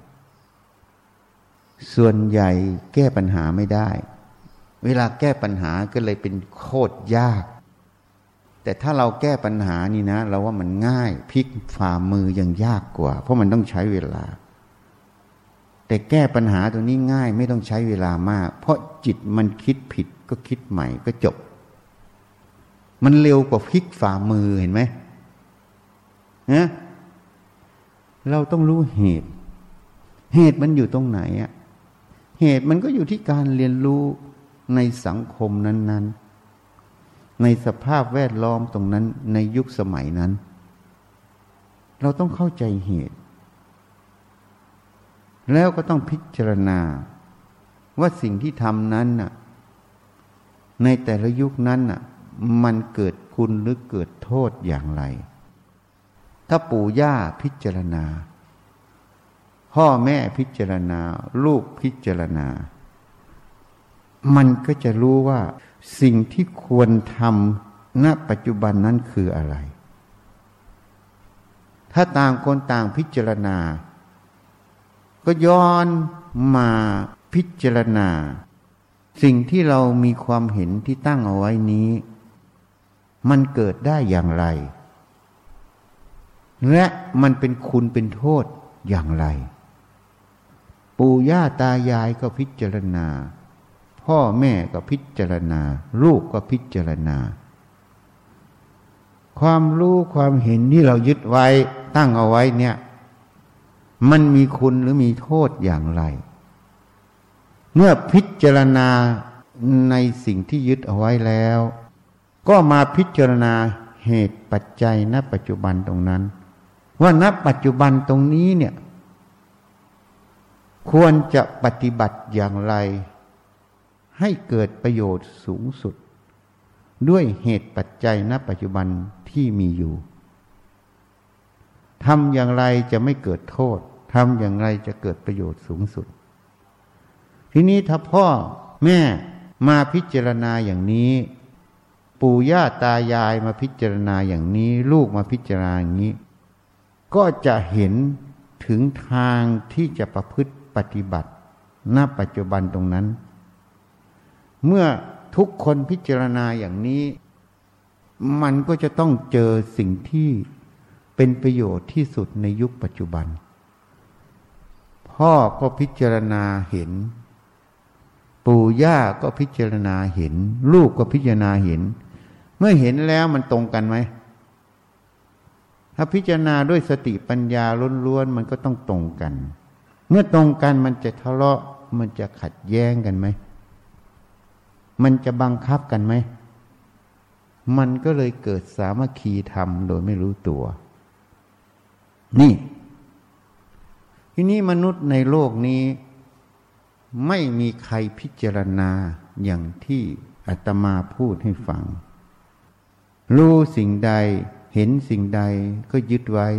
ส่วนใหญ่แก้ปัญหาไม่ได้เวลาแก้ปัญหาก็เลยเป็นโคตรยากแต่ถ้าเราแก้ปัญหานี่นะเราว่ามันง่ายพลิกฝ่ามือยังยากกว่าเพราะมันต้องใช้เวลาแต่แก้ปัญหาตัวนี้ง่ายไม่ต้องใช้เวลามากเพราะจิตมันคิดผิดก็คิดใหม่ก็จบมันเร็วกว่าพลิกฝ่ามือเห็นไหมนะเราต้องรู้เหตุเหตุมันอยู่ตรงไหนอะเหตุมันก็อยู่ที่การเรียนรู้ในสังคมนั้นๆในสภาพแวดล้อมตรงนั้นในยุคสมัยนั้นเราต้องเข้าใจเหตุแล้วก็ต้องพิจารณาว่าสิ่งที่ทำนั้นน่ะในแต่ละยุคนั้นน่ะมันเกิดคุณหรือเกิดโทษอย่างไรถ้าปู่ย่าพิจารณาพ่อแม่พิจารณาลูกพิจารณามันก็จะรู้ว่าสิ่งที่ควรทำณปัจจุบันนั้นคืออะไรถ้าต่างคนต่างพิจารณาก็ย้อนมาพิจารณาสิ่งที่เรามีความเห็นที่ตั้งเอาไว้นี้มันเกิดได้อย่างไรและมันเป็นคุณเป็นโทษอย่างไรปู่ย่าตายายก็พิจารณาพ่อแม่ก็พิจารณาลูกก็พิจารณาความรู้ความเห็นที่เรายึดไว้ตั้งเอาไว้เนี่ยมันมีคุณหรือมีโทษอย่างไรเมื่อพิจารณาในสิ่งที่ยึดเอาไว้แล้วก็มาพิจารณาเหตุปัจจัยณปัจจุบันตรงนั้นว่าณปัจจุบันตรงนี้เนี่ยควรจะปฏิบัติอย่างไรให้เกิดประโยชน์สูงสุดด้วยเหตุปัจจัยณปัจจุบันที่มีอยู่ทำอย่างไรจะไม่เกิดโทษทำอย่างไรจะเกิดประโยชน์สูงสุดทีนี้ถ้าพ่อแม่มาพิจารณาอย่างนี้ปู่ย่าตายายมาพิจารณาอย่างนี้ลูกมาพิจารณาอย่างนี้ก็จะเห็นถึงทางที่จะประพฤติปฏิบัติณปัจจุบันตรงนั้นเมื่อทุกคนพิจารณาอย่างนี้มันก็จะต้องเจอสิ่งที่เป็นประโยชน์ที่สุดในยุคปัจจุบันพ่อก็พิจารณาเห็นปู่ย่าก็พิจารณาเห็นลูกก็พิจารณาเห็นเมื่อเห็นแล้วมันตรงกันไหมถ้าพิจารณาด้วยสติปัญญาล้วนๆมันก็ต้องตรงกันเมื่อตรงกันมันจะทะเลาะมันจะขัดแย้งกันไหมมันจะบังคับกันไหมมันก็เลยเกิดสามัคคีธรรมโดยไม่รู้ตัวนี่ทีนี้มนุษย์ในโลกนี้ไม่มีใครพิจารณาอย่างที่อาตมาพูดให้ฟังรู้สิ่งใดเห็นสิ่งใดก็ยึดไว้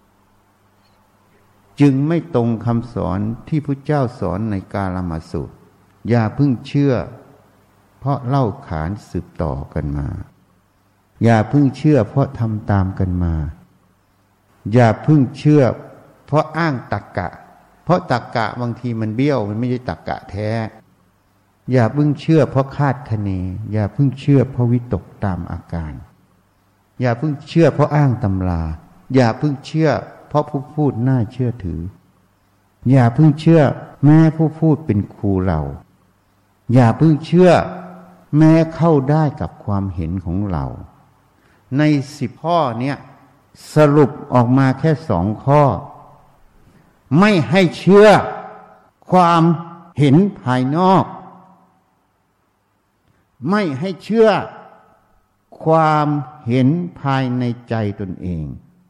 จึงไม่ตรงคำสอนที่พระเจ้าสอนในกาลามสูตรอย่าเพิ่งเชื่อเพราะเล่าขานสืบต่อกันมาอย่าเพิ่งเชื่อเพราะทำตามกันมาอย่าเพิ่งเชื่อเพราะอ้างตรรกะเพราะตรรกะบางทีมันเบี้ยวมันไม่ใช่ตรรกะแท้อย่าเพิ่งเชื่อเพราะคาดคะเนอย่าเพิ่งเชื่อเพราะวิตกตามอาการอย่าเพิ่งเชื่อเพราะอ้างตำราอย่าเพิ่งเชื่อเพราะผู้พูดน่าเชื่อถืออย่าเพิ่งเชื่อแม้ผู้พูดเป็นครูเราอย่าเพิ่งเชื่อแม้เข้าได้กับความเห็นของเราในสิบข้อเนี้ยสรุปออกมาแค่สองข้อไม่ให้เชื่อความเห็นภายนอกไม่ให้เชื่อความเห็นภายในใจตนเอง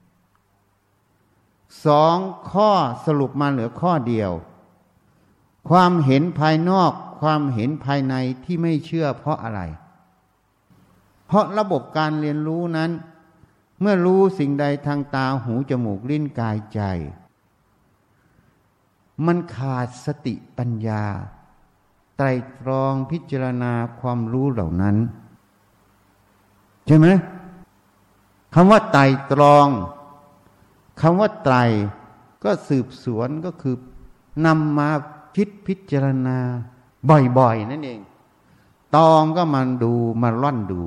สองข้อสรุปมาเหลือข้อเดียวความเห็นภายนอกความเห็นภายในที่ไม่เชื่อเพราะอะไรเพราะระบบการเรียนรู้นั้นเมื่อรู้สิ่งใดทางตาหูจมูกลิ้นกายใจมันขาดสติปัญญาไตรตรองพิจารณาความรู้เหล่านั้นใช่ไหมคำว่าไตรตรองคำว่าไตรก็สืบสวนก็คือนำมาคิดพิจารณาบ่อยๆนั่นเองตองก็มาดูมาล่อนดู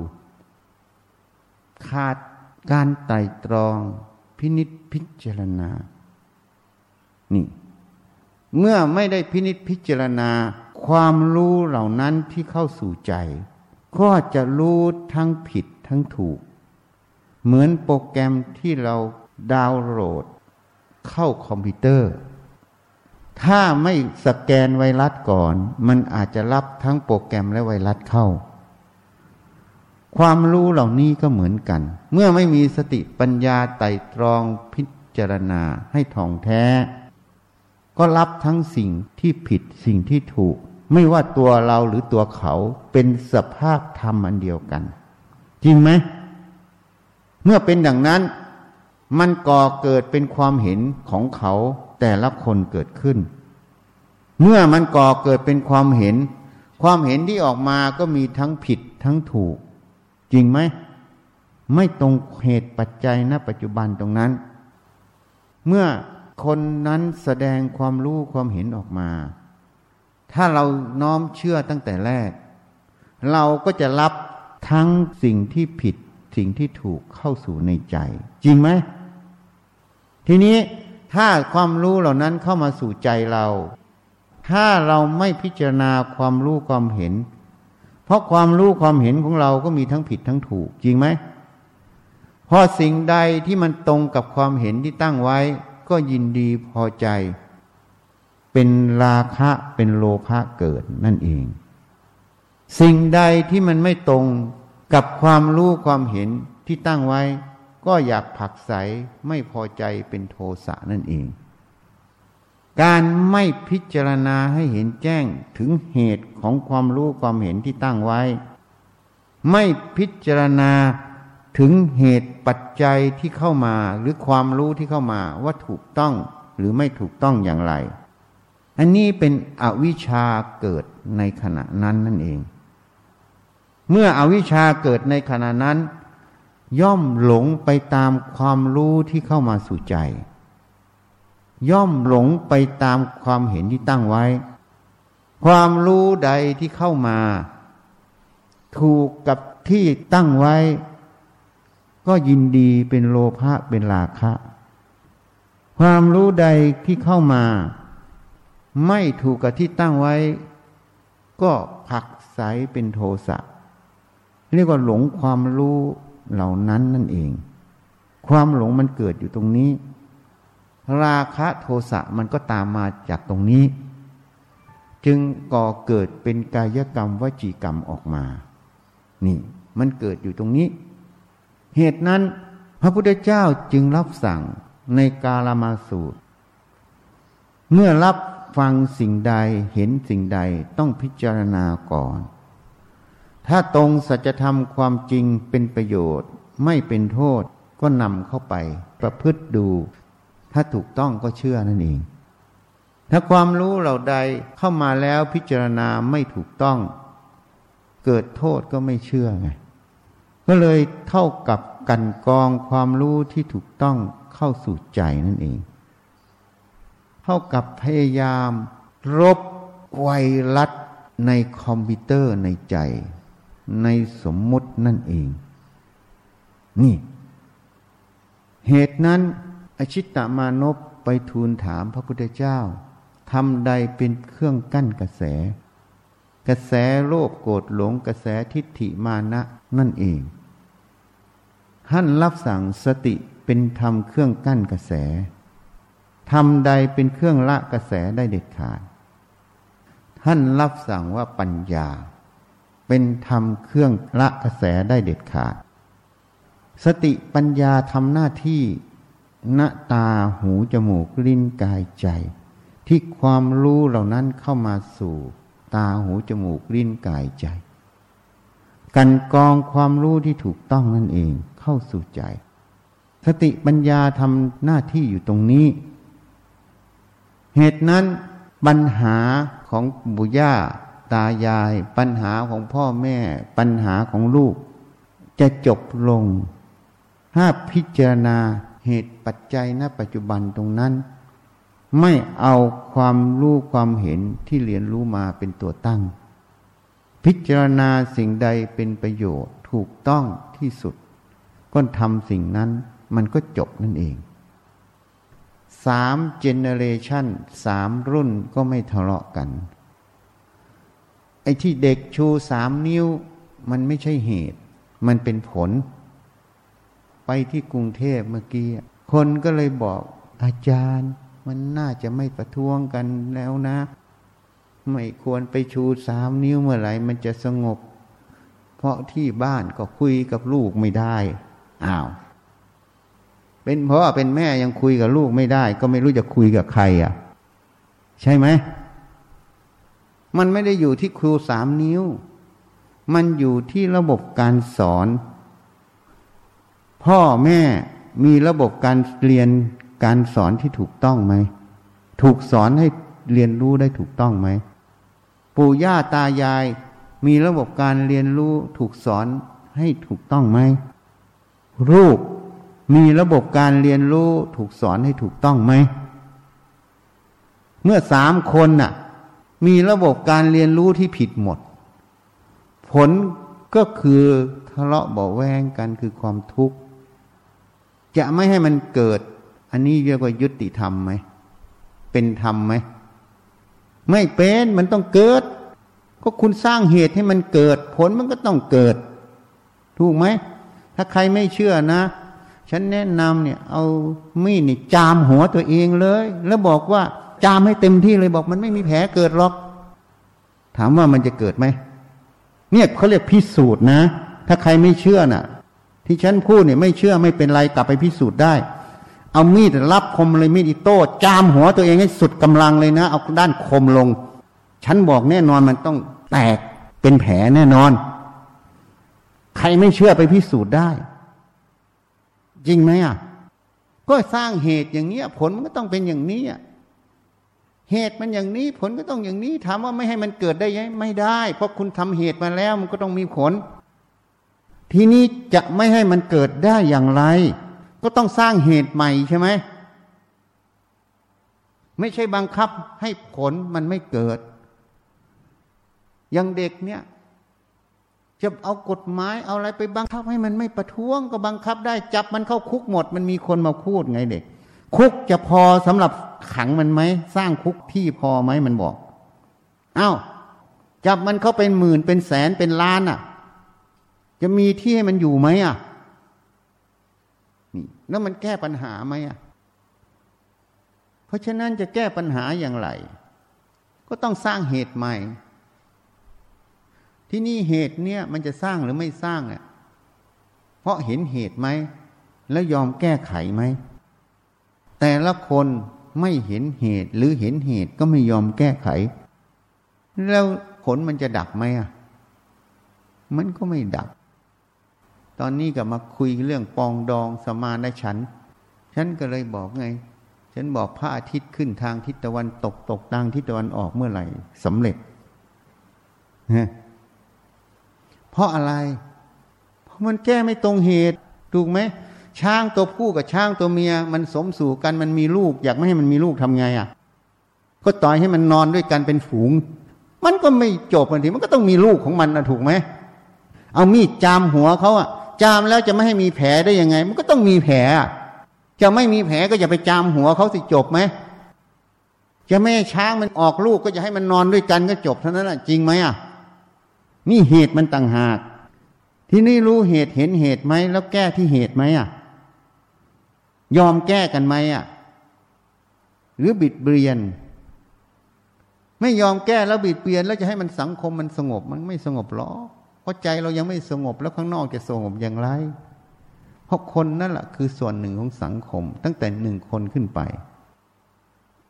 ขาดการไตรตรองพินิจพิจารณานี่เมื่อไม่ได้พินิจพิจารณาความรู้เหล่านั้นที่เข้าสู่ใจก็จะรู้ทั้งผิดทั้งถูกเหมือนโปรแกรมที่เราดาวน์โหลดเข้าคอมพิวเตอร์ถ้าไม่สแกนไวรัสก่อนมันอาจจะรับทั้งโปรแกรมและไวรัสเข้าความรู้เหล่านี้ก็เหมือนกันเมื่อไม่มีสติปัญญาไตร่ตรองพิจารณาให้ท่องแท้ก็รับทั้งสิ่งที่ผิดสิ่งที่ถูกไม่ว่าตัวเราหรือตัวเขาเป็นสภาพธรรมอันเดียวกันจริงไหมเมื่อเป็นอย่างนั้นมันก่อเกิดเป็นความเห็นของเขาแต่ละคนเกิดขึ้นเมื่อมันก่อเกิดเป็นความเห็นความเห็นที่ออกมาก็มีทั้งผิดทั้งถูกจริงไหมไม่ตรงเหตุปัจจัยณปัจจุบันตรงนั้นเมื่อคนนั้นแสดงความรู้ความเห็นออกมาถ้าเราน้อมเชื่อตั้งแต่แรกเราก็จะรับทั้งสิ่งที่ผิดสิ่งที่ถูกเข้าสู่ในใจจริงไหมทีนี้ถ้าความรู้เหล่านั้นเข้ามาสู่ใจเราถ้าเราไม่พิจารณาความรู้ความเห็นเพราะความรู้ความเห็นของเราก็มีทั้งผิดทั้งถูกจริงไหมพอสิ่งใดที่มันตรงกับความเห็นที่ตั้งไว้ก็ยินดีพอใจเป็นราคะเป็นโลภะเกิดนั่นเองสิ่งใดที่มันไม่ตรงกับความรู้ความเห็นที่ตั้งไว้ก็อยากผลักไสไม่พอใจเป็นโทสะนั่นเองการไม่พิจารณาให้เห็นแจ้งถึงเหตุของความรู้ความเห็นที่ตั้งไว้ไม่พิจารณาถึงเหตุปัจจัยที่เข้ามาหรือความรู้ที่เข้ามาว่าถูกต้องหรือไม่ถูกต้องอย่างไรอันนี้เป็นอวิชชาเกิดในขณะนั้นนั่นเองเมื่ออวิชชาเกิดในขณะนั้นย่อมหลงไปตามความรู้ที่เข้ามาสู่ใจย่อมหลงไปตามความเห็นที่ตั้งไว้ความรู้ใดที่เข้ามาถูกกับที่ตั้งไว้ก็ยินดีเป็นโลภะเป็นราคะความรู้ใดที่เข้ามาไม่ถูกกับที่ตั้งไว้ก็ผลักไสเป็นโทสะเรียกว่าหลงความรู้เหล่านั้นนั่นเองความหลงมันเกิดอยู่ตรงนี้ราคะโทสะมันก็ตามมาจากตรงนี้จึงก่อเกิดเป็นกายกรรมวจีกรรมออกมานี่มันเกิดอยู่ตรงนี้เหตุนั้นพระพุทธเจ้าจึงรับสั่งในกาลมาสูตรเมื่อรับฟังสิ่งใดเห็นสิ่งใดต้องพิจารณาก่อนถ้าตรงสัจธรรมความจริงเป็นประโยชน์ไม่เป็นโทษก็นำเข้าไปประพฤติดูถ้าถูกต้องก็เชื่อนั่นเองถ้าความรู้เหล่าใดเข้ามาแล้วพิจารณาไม่ถูกต้องเกิดโทษก็ไม่เชื่อไงก็เลยเท่ากับกันกองความรู้ที่ถูกต้องเข้าสู่ใจนั่นเองเท่ากับพยายามรบไวรัสในคอมพิวเตอร์ในใจในสมมุตินั่นเองนี่เหตุนั้นอชิตตมานพไปทูลถามพระพุทธเจ้าทำใดเป็นเครื่องกั้นกระแสกระแสโลภโกรธหลงกระแสทิฏฐิมานะนั่นเองท่านรับสั่งสติเป็นธรรมเครื่องกั้นกระแสธรรมใดเป็นเครื่องละกระแสได้เด็ดขาดท่านรับสั่งว่าปัญญาเป็นธรรมเครื่องละกระแสได้เด็ดขาดสติปัญญาทำหน้าที่ณตาหูจมูกลิ้นกายใจที่ความรู้เหล่านั้นเข้ามาสู่ตาหูจมูกลิ้นกายใจกันกองความรู้ที่ถูกต้องนั่นเองเข้าสู่ใจสติปัญญาทำหน้าที่อยู่ตรงนี้เหตุนั้นปัญหาของปู่ย่าตายายปัญหาของพ่อแม่ปัญหาของลูกจะจบลงถ้าพิจารณาเหตุปัจจัยณปัจจุบันตรงนั้นไม่เอาความรู้ความเห็นที่เรียนรู้มาเป็นตัวตั้งพิจารณาสิ่งใดเป็นประโยชน์ถูกต้องที่สุดก็ทำสิ่งนั้นมันก็จบนั่นเองสามเจเนเรชันสามรุ่นก็ไม่ทะเลาะกันไอ้ที่เด็กชูสามนิ้วมันไม่ใช่เหตุมันเป็นผลไปที่กรุงเทพเมื่อกี้คนก็เลยบอกอาจารย์มันน่าจะไม่ประท้วงกันแล้วนะไม่ควรไปชูสามนิ้วเมื่อไหร่มันจะสงบเพราะที่บ้านก็คุยกับลูกไม่ได้อ้าวเป็นเพราะว่าเป็นแม่ยังคุยกับลูกไม่ได้ก็ไม่รู้จะคุยกับใครอ่ะใช่ไหมมันไม่ได้อยู่ที่ครูสามนิ้วมันอยู่ที่ระบบการสอนพ่อแม่มีระบบการเรียนการสอนที่ถูกต้องไหมถูกสอนให้เรียนรู้ได้ถูกต้องไหมปู่ย่าตายายมีระบบการเรียนรู้ถูกสอนให้ถูกต้องไหมลูกมีระบบการเรียนรู้ถูกสอนให้ถูกต้องไหมเมื่อสามคนน่ะมีระบบการเรียนรู้ที่ผิดหมดผลก็คือทะเลาะเบาะแวงกันคือความทุกข์จะไม่ให้มันเกิดอันนี้เรียกว่ายุติธรรมไหมเป็นธรรมไหมไม่เป็นมันต้องเกิดก็คุณสร้างเหตุให้มันเกิดผลมันก็ต้องเกิดถูกไหมถ้าใครไม่เชื่อนะฉันแนะนำเนี่ยเอามีดนี่จามหัวตัวเองเลยแล้วบอกว่าจามให้เต็มที่เลยบอกมันไม่มีแผลเกิดหรอกถามว่ามันจะเกิดไหมเนี่ยเขาเรียกพิสูจน์นะถ้าใครไม่เชื่อน่ะที่ฉันพูดเนี่ยไม่เชื่อไม่เป็นไรกลับไปพิสูจน์ได้เอามีดรับคมเลยมีดอิโต้จามหัวตัวเองให้สุดกำลังเลยนะเอาด้านคมลงฉันบอกแน่นอนมันต้องแตกเป็นแผลแน่นอนใครไม่เชื่อไปพิสูจน์ได้จริงไหมอ่ะก็สร้างเหตุอย่างเงี้ยผลมันก็ต้องเป็นอย่างนี้อ่ะเหตุมันอย่างนี้ผลก็ต้องอย่างนี้ถามว่าไม่ให้มันเกิดได้ยังไม่ได้เพราะคุณทำเหตุมาแล้วมันก็ต้องมีผลทีนี้จะไม่ให้มันเกิดได้อย่างไรก็ต้องสร้างเหตุใหม่ใช่ไหมไม่ใช่บังคับให้ผลมันไม่เกิดอย่างเด็กเนี่ยจะเอากฎหมายเอาอะไรไปบังคับให้มันไม่ประท้วงก็บังคับได้จับมันเข้าคุกหมดมันมีคนมาพูดไงเด็กคุกจะพอสำหรับขังมันไหมสร้างคุกที่พอไหมมันบอกอ้าวจับมันเข้าเป็นหมื่นเป็นแสนเป็นล้านอ่ะจะมีที่ให้มันอยู่ไหมอ่ะนี่แล้วมันแก้ปัญหาไหมอ่ะเพราะฉะนั้นจะแก้ปัญหาอย่างไรก็ต้องสร้างเหตุใหม่ที่นี่เหตุเนี่ยมันจะสร้างหรือไม่สร้างอ่ะเพราะเห็นเหตุไหมแล้วยอมแก้ไขไหมแต่ละคนไม่เห็นเหตุหรือเห็นเหตุก็ไม่ยอมแก้ไขแล้วผลมันจะดับไหมอ่ะมันก็ไม่ดับตอนนี้ก็มาคุยเรื่องปองดองสมานฉันท์ฉันก็เลยบอกไงฉันบอกพระอาทิตย์ขึ้นทางทิศตะวันตกตกทางทิศตะวันออกเมื่อไหร่สำเร็จเพราะอะไรเพราะมันแก้ไม่ตรงเหตุถูกไหมช้างตัวผู้กับช้างตัวเมียมันสมสู่กันมันมีลูกอยากไม่ให้มันมีลูกทำไงอ่ะก็ต่อยให้มันนอนด้วยกันเป็นฝูงมันก็ไม่จบทันทีมันก็ต้องมีลูกของมันนะถูกไหมเอามีดจามหัวเขาอ่ะจามแล้วจะไม่ให้มีแผลได้ยังไงมันก็ต้องมีแผลจะไม่มีแผลก็อย่าไปจามหัวเขาสิจบไหมจะไม่ให้ช้างมันออกลูกก็จะให้มันนอนด้วยกันก็จบเท่านั้นแหละจริงไหมอ่ะนี่เหตุมันต่างหากที่นี่รู้เหตุเห็นเหตุไหมแล้วแก้ที่เหตุไหมอ่ะยอมแก้กันไหมอ่ะหรือบิดเบือนไม่ยอมแก้แล้วบิดเบือนแล้วจะให้มันสังคมมันสงบมันไม่สงบหรอกเพราะใจเรายังไม่สงบแล้วข้างนอกจะสงบอย่างไรเพราะคนนั่นแหละคือส่วนหนึ่งของสังคมตั้งแต่หนึ่งคนขึ้นไปถ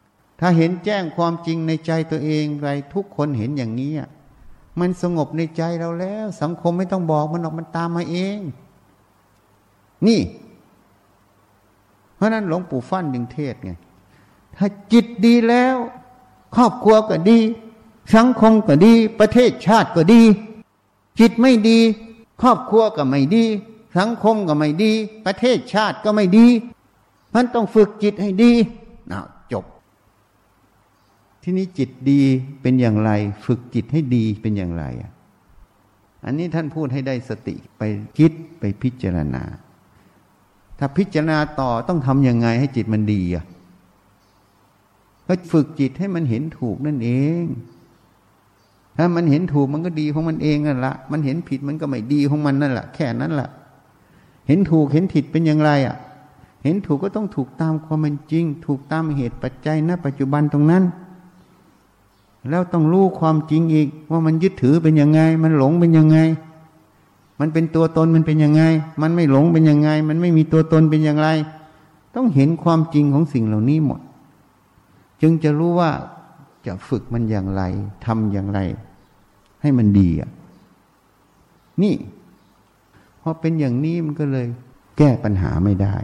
ถ้าเห็นแจ้งความจริงในใจตัวเองไรทุกคนเห็นอย่างนี้มันสงบในใจเราแล้วสังคมไม่ต้องบอกมันออกมันตามมาเองนี่เพราะนั้นหลวงปู่ฟั่นดึงเทศไงถ้าจิตดีแล้วครอบครัวก็ดีสังคมก็ดีประเทศชาติก็ดีจิตไม่ดีครอบครัวก็ไม่ดีสังคมก็ไม่ดีประเทศชาติก็ไม่ดีมันต้องฝึกจิตให้ดีนะจบทีนี้จิตดีเป็นอย่างไรฝึกจิตให้ดีเป็นอย่างไรอันนี้ท่านพูดให้ได้สติไปคิดไปพิจารณาถ้าพิจารณาต่อต้องทำยังไงให้จิตมันดีอ่ะก็ฝึกจิตให้มันเห็นถูกนั่นเองถ้ามันเห็นถูกมันก็ดีของมันเองนั่นแหละมันเห็นผิดมันก็ไม่ดีของมันนั่นแหละแค่นั้นแหละเห็นถูกเห็นผิดเป็นอย่างไรอ่ะเห็นถูกก็ต้องถูกตามความเป็นจริงถูกตามเหตุปัจจัยณปัจจุบันตรงนั้นแล้วต้องรู้ความจริงอีกว่ามันยึดถือเป็นยังไงมันหลงเป็นยังไงมันเป็นตัวตนมันเป็นยังไงมันไม่หลงเป็นยังไงมันไม่มีตัวตนเป็นอย่างไรต้องเห็นความจริงของสิ่งเหล่านี้หมดจึงจะรู้ว่าจะฝึกมันอย่างไรทำอย่างไรให้มันดีอ่ะนี่พอเป็นอย่างนี้มันก็เลยแก้ปัญหาไม่ได้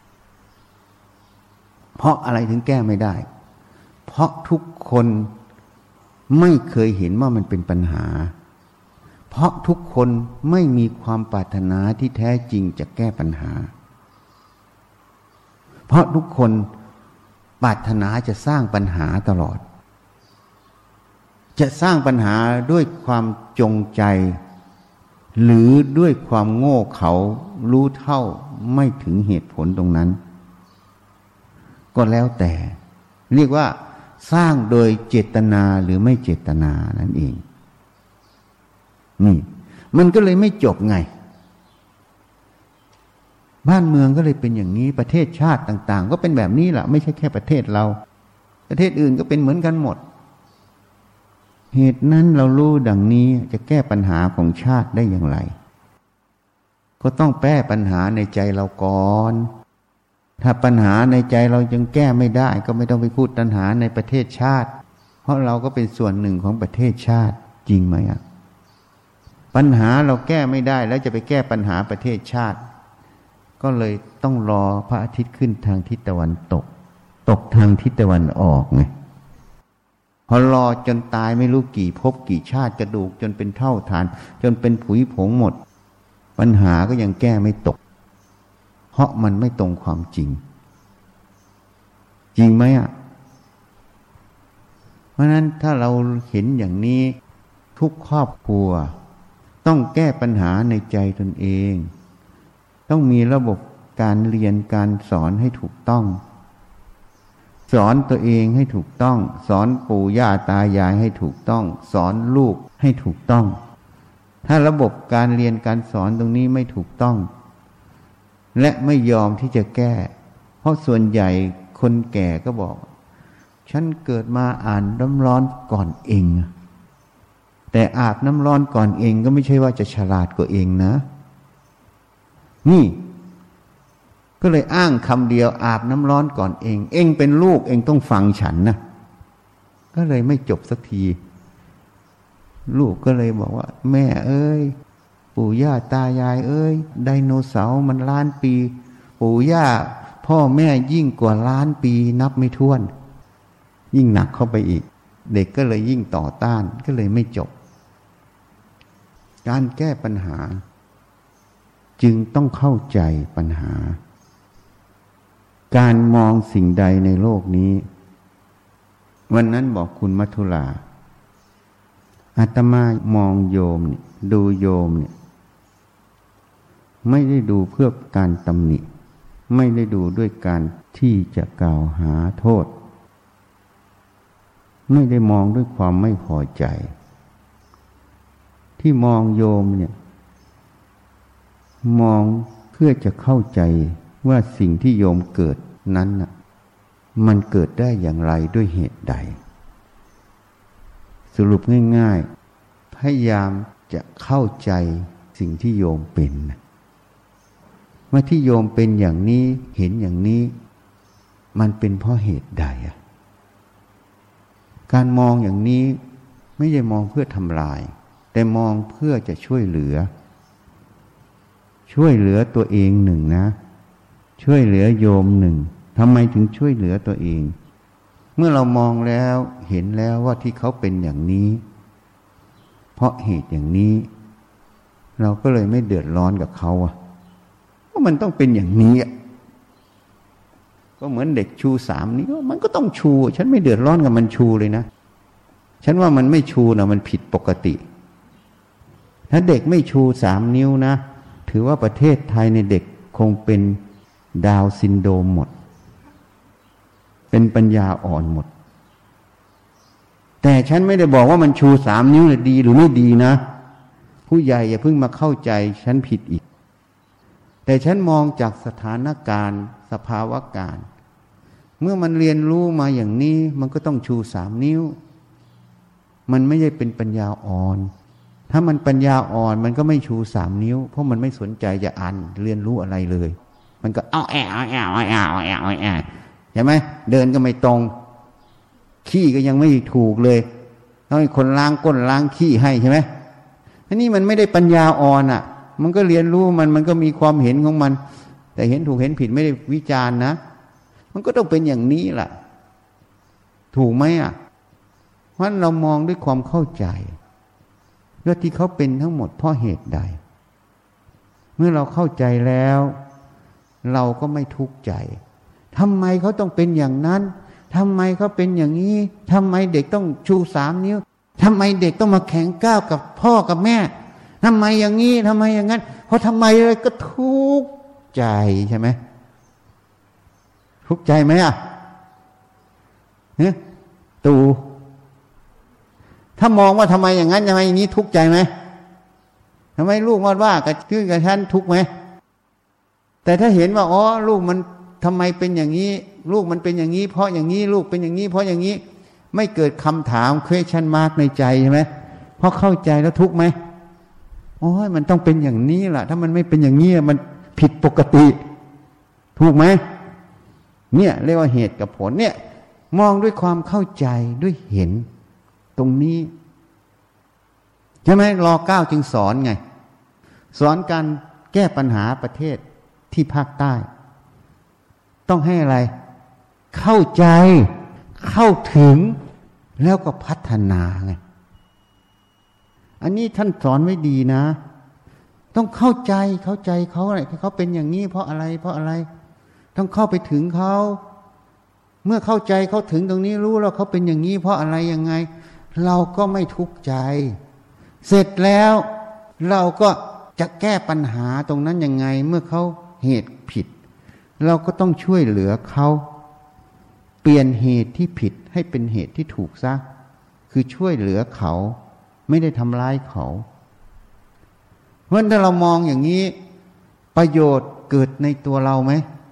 เพราะอะไรถึงแก้ไม่ได้เพราะทุกคนไม่เคยเห็นว่ามันเป็นปัญหาเพราะทุกคนไม่มีความปรารถนาที่แท้จริงจะแก้ปัญหาเพราะทุกคนปรารถนาจะสร้างปัญหาตลอดจะสร้างปัญหาด้วยความจงใจหรือด้วยความโง่เขลารู้เท่าไม่ถึงเหตุผลตรงนั้นก็แล้วแต่เรียกว่าสร้างโดยเจตนาหรือไม่เจตนานั่นเองนี่มันก็เลยไม่จบไงบ้านเมืองก็เลยเป็นอย่างนี้ประเทศชาติต่างๆก็เป็นแบบนี้แหละไม่ใช่แค่ประเทศเราประเทศอื่นก็เป็นเหมือนกันหมดเหตุนั้นเรารู้ดังนี้จะแก้ปัญหาของชาติได้อย่างไรก็ต้องแก้ปัญหาในใจเราก่อนถ้าปัญหาในใจเรายังแก้ไม่ได้ก็ไม่ต้องไปพูดปัญหาในประเทศชาติเพราะเราก็เป็นส่วนหนึ่งของประเทศชาติจริงไหมอ่ะปัญหาเราแก้ไม่ได้แล้วจะไปแก้ปัญหาประเทศชาติก็เลยต้องรอพระอาทิตย์ขึ้นทางทิศตะวันตกตกทางทิศตะวันออกไงพอรอจนตายไม่รู้กี่ภพกี่ชาติกระดูกจนเป็นเท่าฐานจนเป็นผุยผงหมดปัญหาก็ยังแก้ไม่ตกเพราะมันไม่ตรงความจริงจริงไหมอ่ะเพราะนั้นถ้าเราเห็นอย่างนี้ทุกครอบครัวต้องแก้ปัญหาในใจตนเองต้องมีระบบการเรียนการสอนให้ถูกต้องสอนตัวเองให้ถูกต้องสอนปู่ย่าตายายให้ถูกต้องสอนลูกให้ถูกต้องถ้าระบบการเรียนการสอนตรงนี้ไม่ถูกต้องและไม่ยอมที่จะแก้เพราะส่วนใหญ่คนแก่ก็บอกฉันเกิดมาอ่านน้ำร้อนก่อนเองแต่อาบน้ำร้อนก่อนเองก็ไม่ใช่ว่าจะฉลาดกว่าเองนะนี่ก็เลยอ้างคำเดียวอาบน้ำร้อนก่อนเองเองเป็นลูกเองต้องฟังฉันนะก็เลยไม่จบสักทีลูกก็เลยบอกว่าแม่เอ้ยปู่ย่าตายายเอ้ยไดโนเสาร์มันล้านปีปู่ย่าพ่อแม่ยิ่งกว่าล้านปีนับไม่ถ้วนยิ่งหนักเข้าไปอีกเด็กก็เลยยิ่งต่อต้านก็เลยไม่จบการแก้ปัญหาจึงต้องเข้าใจปัญหาการมองสิ่งใดในโลกนี้วันนั้นบอกคุณมัทุลาอาตมามองโยมเนี่ยดูโยมเนี่ยไม่ได้ดูเพื่อการตำหนิไม่ได้ดูด้วยการที่จะกล่าวหาโทษไม่ได้มองด้วยความไม่พอใจที่มองโยมเนี่ยมองเพื่อจะเข้าใจว่าสิ่งที่โยมเกิดนั้นน่ะมันเกิดได้อย่างไรด้วยเหตุใดสรุปง่ายๆพยายามจะเข้าใจสิ่งที่โยมเป็นว่าที่โยมเป็นอย่างนี้เห็นอย่างนี้มันเป็นเพราะเหตุใดอ่ะการมองอย่างนี้ไม่ใช่มองเพื่อทำลายแต่มองเพื่อจะช่วยเหลือช่วยเหลือตัวเองหนึ่งนะช่วยเหลือโยมหนึ่งทำไมถึงช่วยเหลือตัวเองเมื่อเรามองแล้วเห็นแล้วว่าที่เขาเป็นอย่างนี้เพราะเหตุอย่างนี้เราก็เลยไม่เดือดร้อนกับเขาอ่ะเพราะมันต้องเป็นอย่างนี้ก็เหมือนเด็กชูสามนิ้วมันก็ต้องชูฉันไม่เดือดร้อนกับมันชูเลยนะฉันว่ามันไม่ชูนะมันผิดปกติถ้าเด็กไม่ชูสามนิ้วนะถือว่าประเทศไทยในเด็กคงเป็นดาวน์ซินโดรมหมดเป็นปัญญาอ่อนหมดแต่ฉันไม่ได้บอกว่ามันชูสามนิ้วเลยดีหรือไม่ดีนะผู้ใหญ่อย่าเพิ่งมาเข้าใจฉันผิดอีกแต่ฉันมองจากสถานการณ์สภาวะการเมื่อมันเรียนรู้มาอย่างนี้มันก็ต้องชูสามนิ้วมันไม่ใช่เป็นปัญญาอ่อนถ้ามันปัญญาอ่อนมันก็ไม่ชูสามนิ้วเพราะมันไม่สนใจจะอ่านเรียนรู้อะไรเลยมันก็อ้าวแอะอ้าวแอะอ้าวแอะอ้าวแอะอ้าวแอะใช่ไหมเดินก็ไม่ตรงขี้ก็ยังไม่ถูกเลยต้องให้คนล้างก้นล้างขี้ให้ใช่ไหมอันนี้มันไม่ได้ปัญญาอ่อนอ่ะมันก็เรียนรู้มันมันก็มีความเห็นของมันแต่เห็นถูกเห็นผิดไม่ได้วิจารณ์นะมันก็ต้องเป็นอย่างนี้แหละถูกไหมอ่ะเพราะเรามองด้วยความเข้าใจว่าที่เขาเป็นทั้งหมดเพราะเหตุใดเมื่อเราเข้าใจแล้วเราก็ไม่ทุกข์ใจทำไมเขาต้องเป็นอย่างนั้นทำไมเขาเป็นอย่างนี้ทำไมเด็กต้องชูสามนิ้วทำไมเด็กต้องมาแข่งก้าวกับพ่อกับแม่ทำไมอย่างนี้ทำไมอย่างนั้นเพราะทำไมเลยก็ทุกข์ใจใช่ไหมทุกข์ใจไหมอ่ะเนี่ยตูถ้ามองว่าทำไมอย่างนั้นทำไมอย่างนี้ทุกข์ใจไหมทำไมลูกมาว่ากับชื่อกับฉันทุกข์ไหมแต่ถ้าเห็นว่าอ๋อลูกมันทำไมเป็นอย่างนี้ลูกมันเป็นอย่างนี้เพราะอย่างนี้ลูกเป็นอย่างนี้เพราะอย่างนี้ไม่เกิดคำถาม question mark ในใจใช่ไหมเพราะเข้าใจแล้วทุกข์ไหมโอ้ยมันต้องเป็นอย่างนี้แหละถ้ามันไม่เป็นอย่างนี้มันผิดปกติถูกไหมเนี่ยเรียกว่าเหตุกับผลเนี่ยมองด้วยความเข้าใจด้วยเห็นตรงนี้ใช่ไหมรอเก้าจึงสอนไงสอนการแก้ปัญหาประเทศที่ภาคใต้ต้องให้อะไรเข้าใจเข้าถึงแล้วก็พัฒนาไงอันนี้ท่านสอนไว้ดีนะต้องเข้าใจเข้าใจเขาอะไรเขาเป็นอย่างนี้เพราะอะไรเพราะอะไรต้องเข้าไปถึงเขาเมื่อเข้าใจเขาถึงตรงนี้รู้แล้วเขาเป็นอย่างนี้เพราะอะไรยังไงเราก็ไม่ทุกข์ใจเสร็จแล้วเราก็จะแก้ปัญหาตรงนั้นยังไงเมื่อเขาเหตุผิดเราก็ต้องช่วยเหลือเขาเปลี่ยนเหตุที่ผิดให้เป็นเหตุที่ถูกซะคือช่วยเหลือเขาไม่ได้ทำร้ายเขาเพราะถ้าเรามองอย่างนี้ประโยชน์เกิดในตัวเราไหม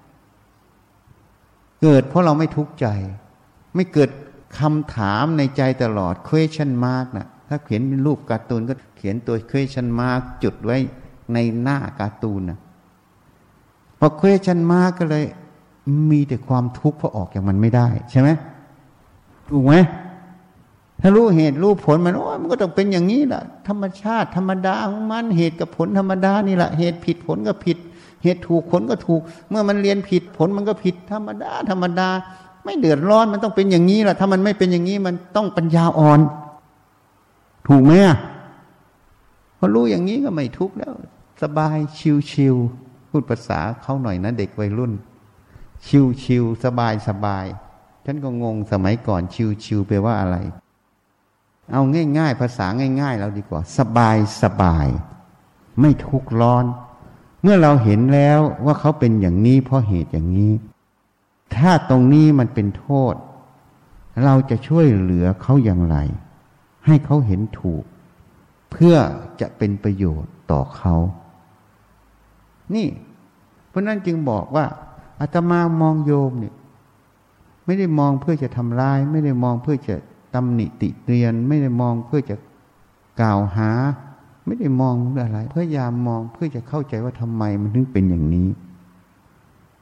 เกิดเพราะเราไม่ทุกข์ใจไม่เกิดคำถามในใจตลอด question mark นะถ้าเขียนเป็นรูปการ์ตูนก็เขียนตัว question mark จุดไว้ในหน้าการ์ตูนนะพอ question mark ก็เลยมีแต่ความทุกข์เพราะออกจากมันไม่ได้ใช่ไหมถูกไหมถ้ารู้เหตุรู้ผลมันโอ้มันก็ต้องเป็นอย่างนี้แหละธรรมชาติธรรมดาของมันเหตุกับผลธรรมดานี่แหละเหตุผิดผลก็ผิดเหตุถูกผลก็ถูกเมื่อมันเรียนผิดผลมันก็ผิดธรรมดาธรรมดาไม่เดือดร้อนมันต้องเป็นอย่างนี้แหละถ้ามันไม่เป็นอย่างนี้มันต้องปัญญาอ่อนถูกไหมอ่ะพอรู้อย่างนี้ก็ไม่ทุกข์แล้วสบายชิวๆพูดภาษาเขาหน่อยนะเด็กวัยรุ่นชิวๆสบายสบายฉันก็งงสมัยก่อนชิวๆแปลว่าอะไรเอาง่ายๆภาษาง่ายๆเราดีกว่าสบายสบายไม่ทุกข์ร้อนเมื่อเราเห็นแล้วว่าเขาเป็นอย่างนี้เพราะเหตุอย่างนี้ถ้าตรงนี้มันเป็นโทษเราจะช่วยเหลือเขาอย่างไรให้เขาเห็นถูกเพื่อจะเป็นประโยชน์ต่อเขานี่เพราะนั้นจึงบอกว่าอาตมามองโยมเนี่ยไม่ได้มองเพื่อจะทำร้ายไม่ได้มองเพื่อจะตำหนิติเตียนไม่ได้มองเพื่อจะกล่าวหาไม่ได้มองอะไรพยายามมองเพื่อจะเข้าใจว่าทำไมมันถึงเป็นอย่างนี้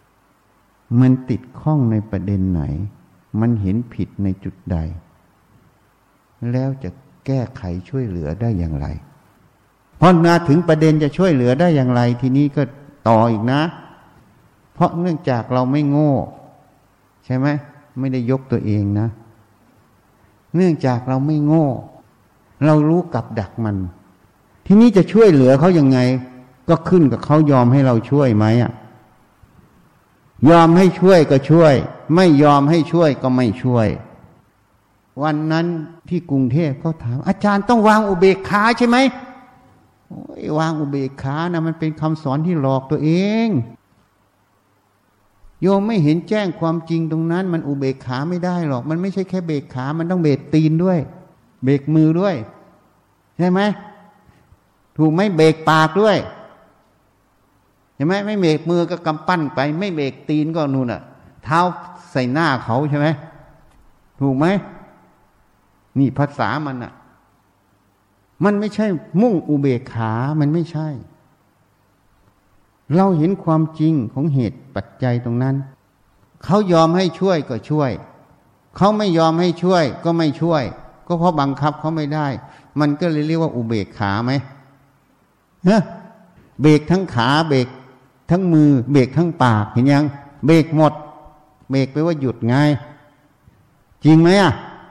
มันติดข้องในประเด็นไหนมันเห็นผิดในจุดใดแล้วจะแก้ไขช่วยเหลือได้อย่างไรพอมาถึงประเด็นจะช่วยเหลือได้อย่างไรทีนี้ก็ต่ออีกนะเพราะเนื่องจากเราไม่โง่ใช่ไหมไม่ได้ยกตัวเองนะเนื่องจากเราไม่โง่เรารู้กับดักมันทีนี้จะช่วยเหลือเขายังไงก็ขึ้นกับเขายอมให้เราช่วยไหมอ่ะยอมให้ช่วยก็ช่วยไม่ยอมให้ช่วยก็ไม่ช่วยวันนั้นที่กรุงเทพเขาถามอาจารย์ต้องวางอุเบกขาใช่ไหมโอ้ยวางอุเบกขานะมันเป็นคำสอนที่หลอกตัวเองโยมไม่เห็นแจ้งความจริงตรงนั้นมันอุเบกขาไม่ได้หรอกมันไม่ใช่แค่เบกขามันต้องเบกตีนด้วยเบกมือด้วยใช่ไหมถูกไหมเบกปากด้วยใช่ไหมไม่เบกมือก็กำปั้นไปไม่เบกตีนก็นู่นอ่ะเท้าใส่หน้าเขาใช่ไหมถูกไหมนี่ภาษามันอ่ะมันไม่ใช่มุ่งอุเบกขามันไม่ใช่เราเห็นความจริงของเหตุปัจจัยตรงนั้นเขายอมให้ช่วยก็ช่วยเขาไม่ยอมให้ช่วยก็ไม่ช่วยก็เพราะบังคับเขาไม่ได้มันก็เลยเรียกว่าอุเบกขาไหมเฮ้เบรกทั้งขาเบรกทั้งมือเบรกทั้งปากเห็นยังเบรกหมดเบรกไปว่าหยุดไงจริงไหมอ่ะ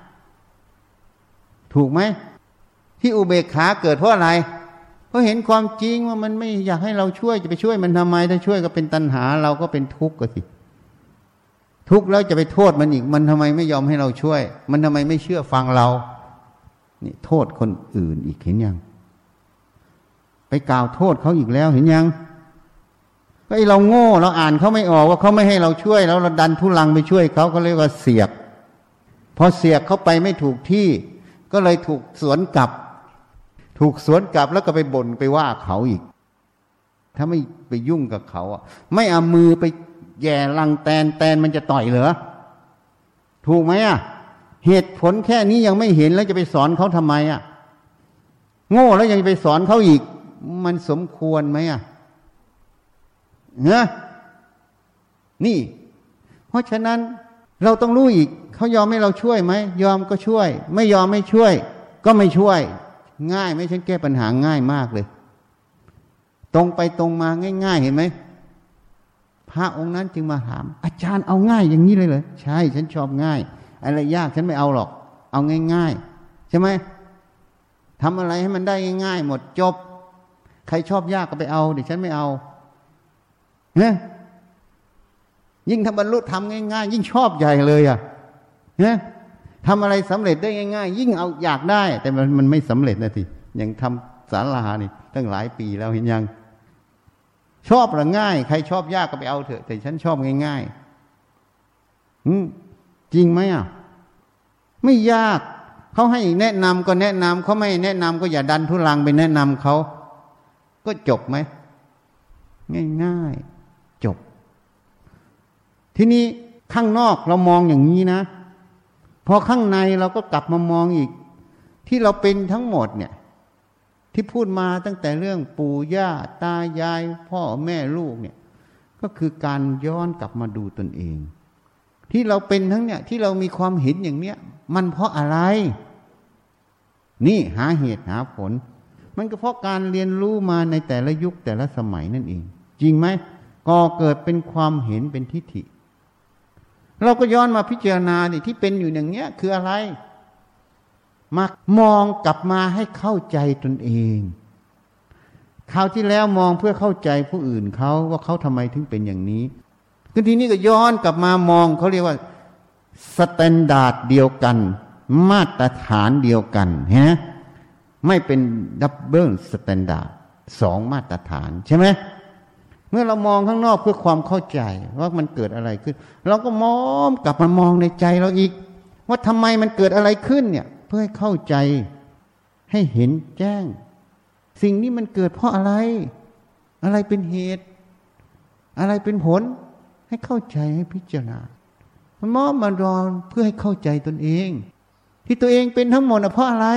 ถูกไหมที่อุเบกขาเกิดเพราะอะไรเพราะเห็นความจริงว่ามันไม่อยากให้เราช่วยจะไปช่วยมันทำไมถ้าช่วยก็เป็นตัณหาเราก็เป็นทุกข์ก็สิทุกข์แล้วจะไปโทษมันอีกมันทำไมไม่ยอมให้เราช่วยมันทำไมไม่เชื่อฟังเรานี่โทษคนอื่นอีกเห็นยังไปกล่าวโทษเขาอีกแล้วเห็นยังก็ไอเราโง่เราอ่านเขาไม่ออกว่าเขาไม่ให้เราช่วยแล้วเราดันทุลังไปช่วยเขาก็เรียกว่าเสียกพอเสียกเขาไปไม่ถูกที่ก็เลยถูกสวนกลับถูกสวนกลับแล้วก็ไปบ่นไปว่าเขาอีกถ้าไม่ไปยุ่งกับเขาอ่ะไม่เอามือไปแย่ลังแตนแตนมันจะต่อยเหรอถูกไหมอ่ะเหตุผลแค่นี้ยังไม่เห็นแล้วจะไปสอนเขาทำไมอ่ะโง่แล้วยังไปสอนเขาอีกมันสมควรไหมอ่ะเนอะนี่เพราะฉะนั้นเราต้องรู้อีกเขายอมให้เราช่วยไหมยอมก็ช่วยไม่ยอมไม่ช่วยก็ไม่ช่วยง่ายไหมฉันแก้ปัญหาง่ายมากเลยตรงไปตรงมาง่ายๆเห็นไหมพระองค์นั้นจึงมาถามอาจารย์เอาง่ายอย่างนี้เลยเหรอใช่ฉันชอบง่ายอะไรยากฉันไม่เอาหรอกเอาง่ายๆใช่ไหมทำอะไรให้มันได้ง่ายๆหมดจบใครชอบยากก็ไปเอาดิฉันไม่เอาเนี่ยยิ่งทำบรรลุทำง่ายๆยิ่งชอบใหญ่เลยอ่ะเนี่ยทำอะไรสำเร็จได้ง่ายๆยิ่งเอาอยากได้แต่มันมันไม่สำเร็จนะทีอย่างทำศาลานี่ตั้งหลายปีแล้วเห็นยังชอบหรือง่ายใครชอบยากก็ไปเอาเถอะแต่ฉันชอบง่ายๆอืมจริงไหมอ่ะไม่ยากเขาให้แนะนำก็แนะนำเขาไม่แนะนำก็อย่าดันทุลังไปแนะนำเขาก็จบไหมง่ายๆจบทีนี้ข้างนอกเรามองอย่างนี้นะพอข้างในเราก็กลับมามองอีกที่เราเป็นทั้งหมดเนี่ยที่พูดมาตั้งแต่เรื่องปู่ย่าตายายพ่อแม่ลูกเนี่ยก็คือการย้อนกลับมาดูตนเองที่เราเป็นทั้งเนี่ยที่เรามีความเห็นอย่างเนี้ยมันเพราะอะไรนี่หาเหตุหาผลมันก็เพราะการเรียนรู้มาในแต่ละยุคแต่ละสมัยนั่นเองจริงไหมก่อเกิดเป็นความเห็นเป็นทิฏฐิเราก็ย้อนมาพิจารณาดิที่เป็นอยู่อย่างเนี้ยคืออะไรมามองกลับมาให้เข้าใจตนเองคราวที่แล้วมองเพื่อเข้าใจผู้อื่นเขาว่าเขาทำไมถึงเป็นอย่างนี้ก็ทีนี้ก็ย้อนกลับมามองเขาเรียกว่าสแตนดาร์ดเดียวกันมาตรฐานเดียวกันฮะไม่เป็นดับเบิลสแตนดาร์ดสองมาตรฐานใช่ไหมเมื่อเรามองข้างนอกเพื่อความเข้าใจว่ามันเกิดอะไรขึ้นเราก็มองกลับมามองในใจเราอีกว่าทำไมมันเกิดอะไรขึ้นเนี่ยเพื่อให้เข้าใจให้เห็นแจ้งสิ่งนี้มันเกิดเพราะอะไรอะไรเป็นเหตุอะไรเป็นผลให้เข้าใจให้พิจารณามันมองมารอเพื่อให้เข้าใจตนเองที่ตัวเองเป็นทั้งหมดเพราะอะไร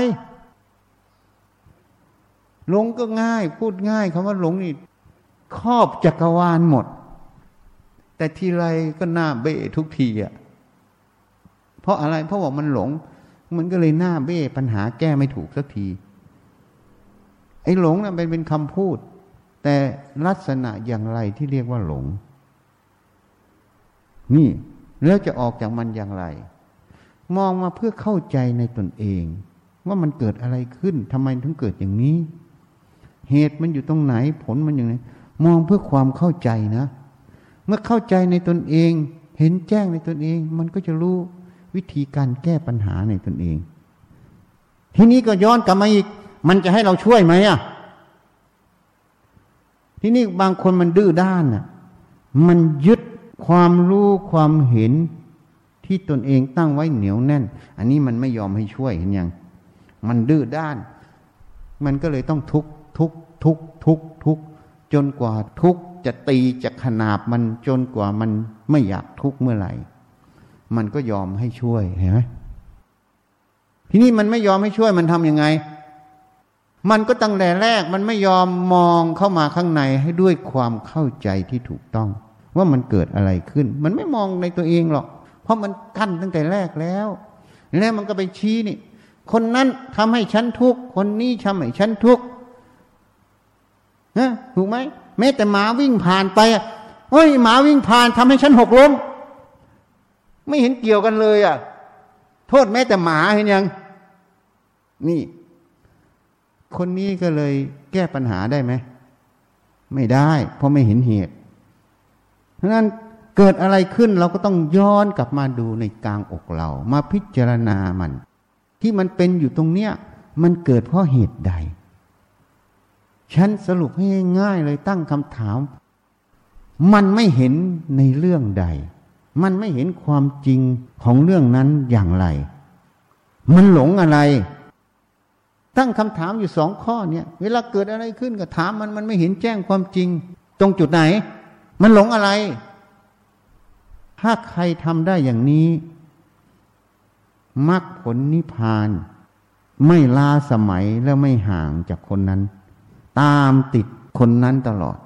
หลงก็ง่ายพูดง่ายคำว่าหลงนี่ครอบจักรวาลหมดแต่ทีไรก็หน้าเบ้ทุกทีอ่ะเพราะอะไรเพราะว่ามันหลงมันก็เลยหน้าเบ้ปัญหาแก้ไม่ถูกสักทีไอ้หลงน่ะเป็นเป็นคำพูดแต่ลักษณะอย่างไรที่เรียกว่าหลงนี่แล้วจะออกจากมันอย่างไรมองมาเพื่อเข้าใจในตนเองว่ามันเกิดอะไรขึ้นทำไมถึงเกิดอย่างนี้เหตุมันอยู่ตรงไหนผลมันอย่างไรมองเพื่อความเข้าใจนะเมื่อเข้าใจในตนเองเห็นแจ้งในตนเองมันก็จะรู้วิธีการแก้ปัญหาในตนเองทีนี้ก็ย้อนกลับมาอีกมันจะให้เราช่วยไหมอ่ะทีนี้บางคนมันดื้อด้านอ่ะมันยึดความรู้ความเห็นที่ตนเองตั้งไว้เหนียวแน่นอันนี้มันไม่ยอมให้ช่วยเห็นยังมันดื้อด้านมันก็เลยต้องทุกข์ทุกข์ทุกข์ทุกข์ทุกข์จนกว่าทุกข์จะตีจะขนาบมันจนกว่ามันไม่อยากทุกข์เมื่อไหร่มันก็ยอมให้ช่วยเห็นไหมทีนี้มันไม่ยอมให้ช่วยมันทำยังไงมันก็ตั้งแต่แรกมันไม่ยอมมองเข้ามาข้างในให้ด้วยความเข้าใจที่ถูกต้องว่ามันเกิดอะไรขึ้นมันไม่มองในตัวเองหรอกเพราะมันกั้นตั้งแต่แรกแล้วแล้วมันก็ไปชี้นี่คนนั้นทำให้ฉันทุกข์คนนี้ทำให้ฉันทุกข์นะถูกไหมแม้แต่หมาวิ่งผ่านไปอ่ะโอ้ยหมาวิ่งผ่านทำให้ฉันหกล้มไม่เห็นเกี่ยวกันเลยอ่ะโทษแม้แต่หมาเห็นยังนี่คนนี้ก็เลยแก้ปัญหาได้ไหมไม่ได้เพราะไม่เห็นเหตุเพราะฉะนั้นเกิดอะไรขึ้นเราก็ต้องย้อนกลับมาดูในกลางอกเรามาพิจารณามันที่มันเป็นอยู่ตรงเนี้ยมันเกิดเพราะเหตุใดฉันสรุปให้ง่ายเลยตั้งคำถามมันไม่เห็นในเรื่องใดมันไม่เห็นความจริงของเรื่องนั้นอย่างไรมันหลงอะไรตั้งคำถามอยู่สองข้อเนี่ยเวลาเกิดอะไรขึ้นก็ถามมันมันไม่เห็นแจ้งความจริงตรงจุดไหนมันหลงอะไรถ้าใครทำได้อย่างนี้มรรคผลนิพพานไม่ล้าสมัยและไม่ห่างจากคนนั้นตามติดคนนั้นตลอด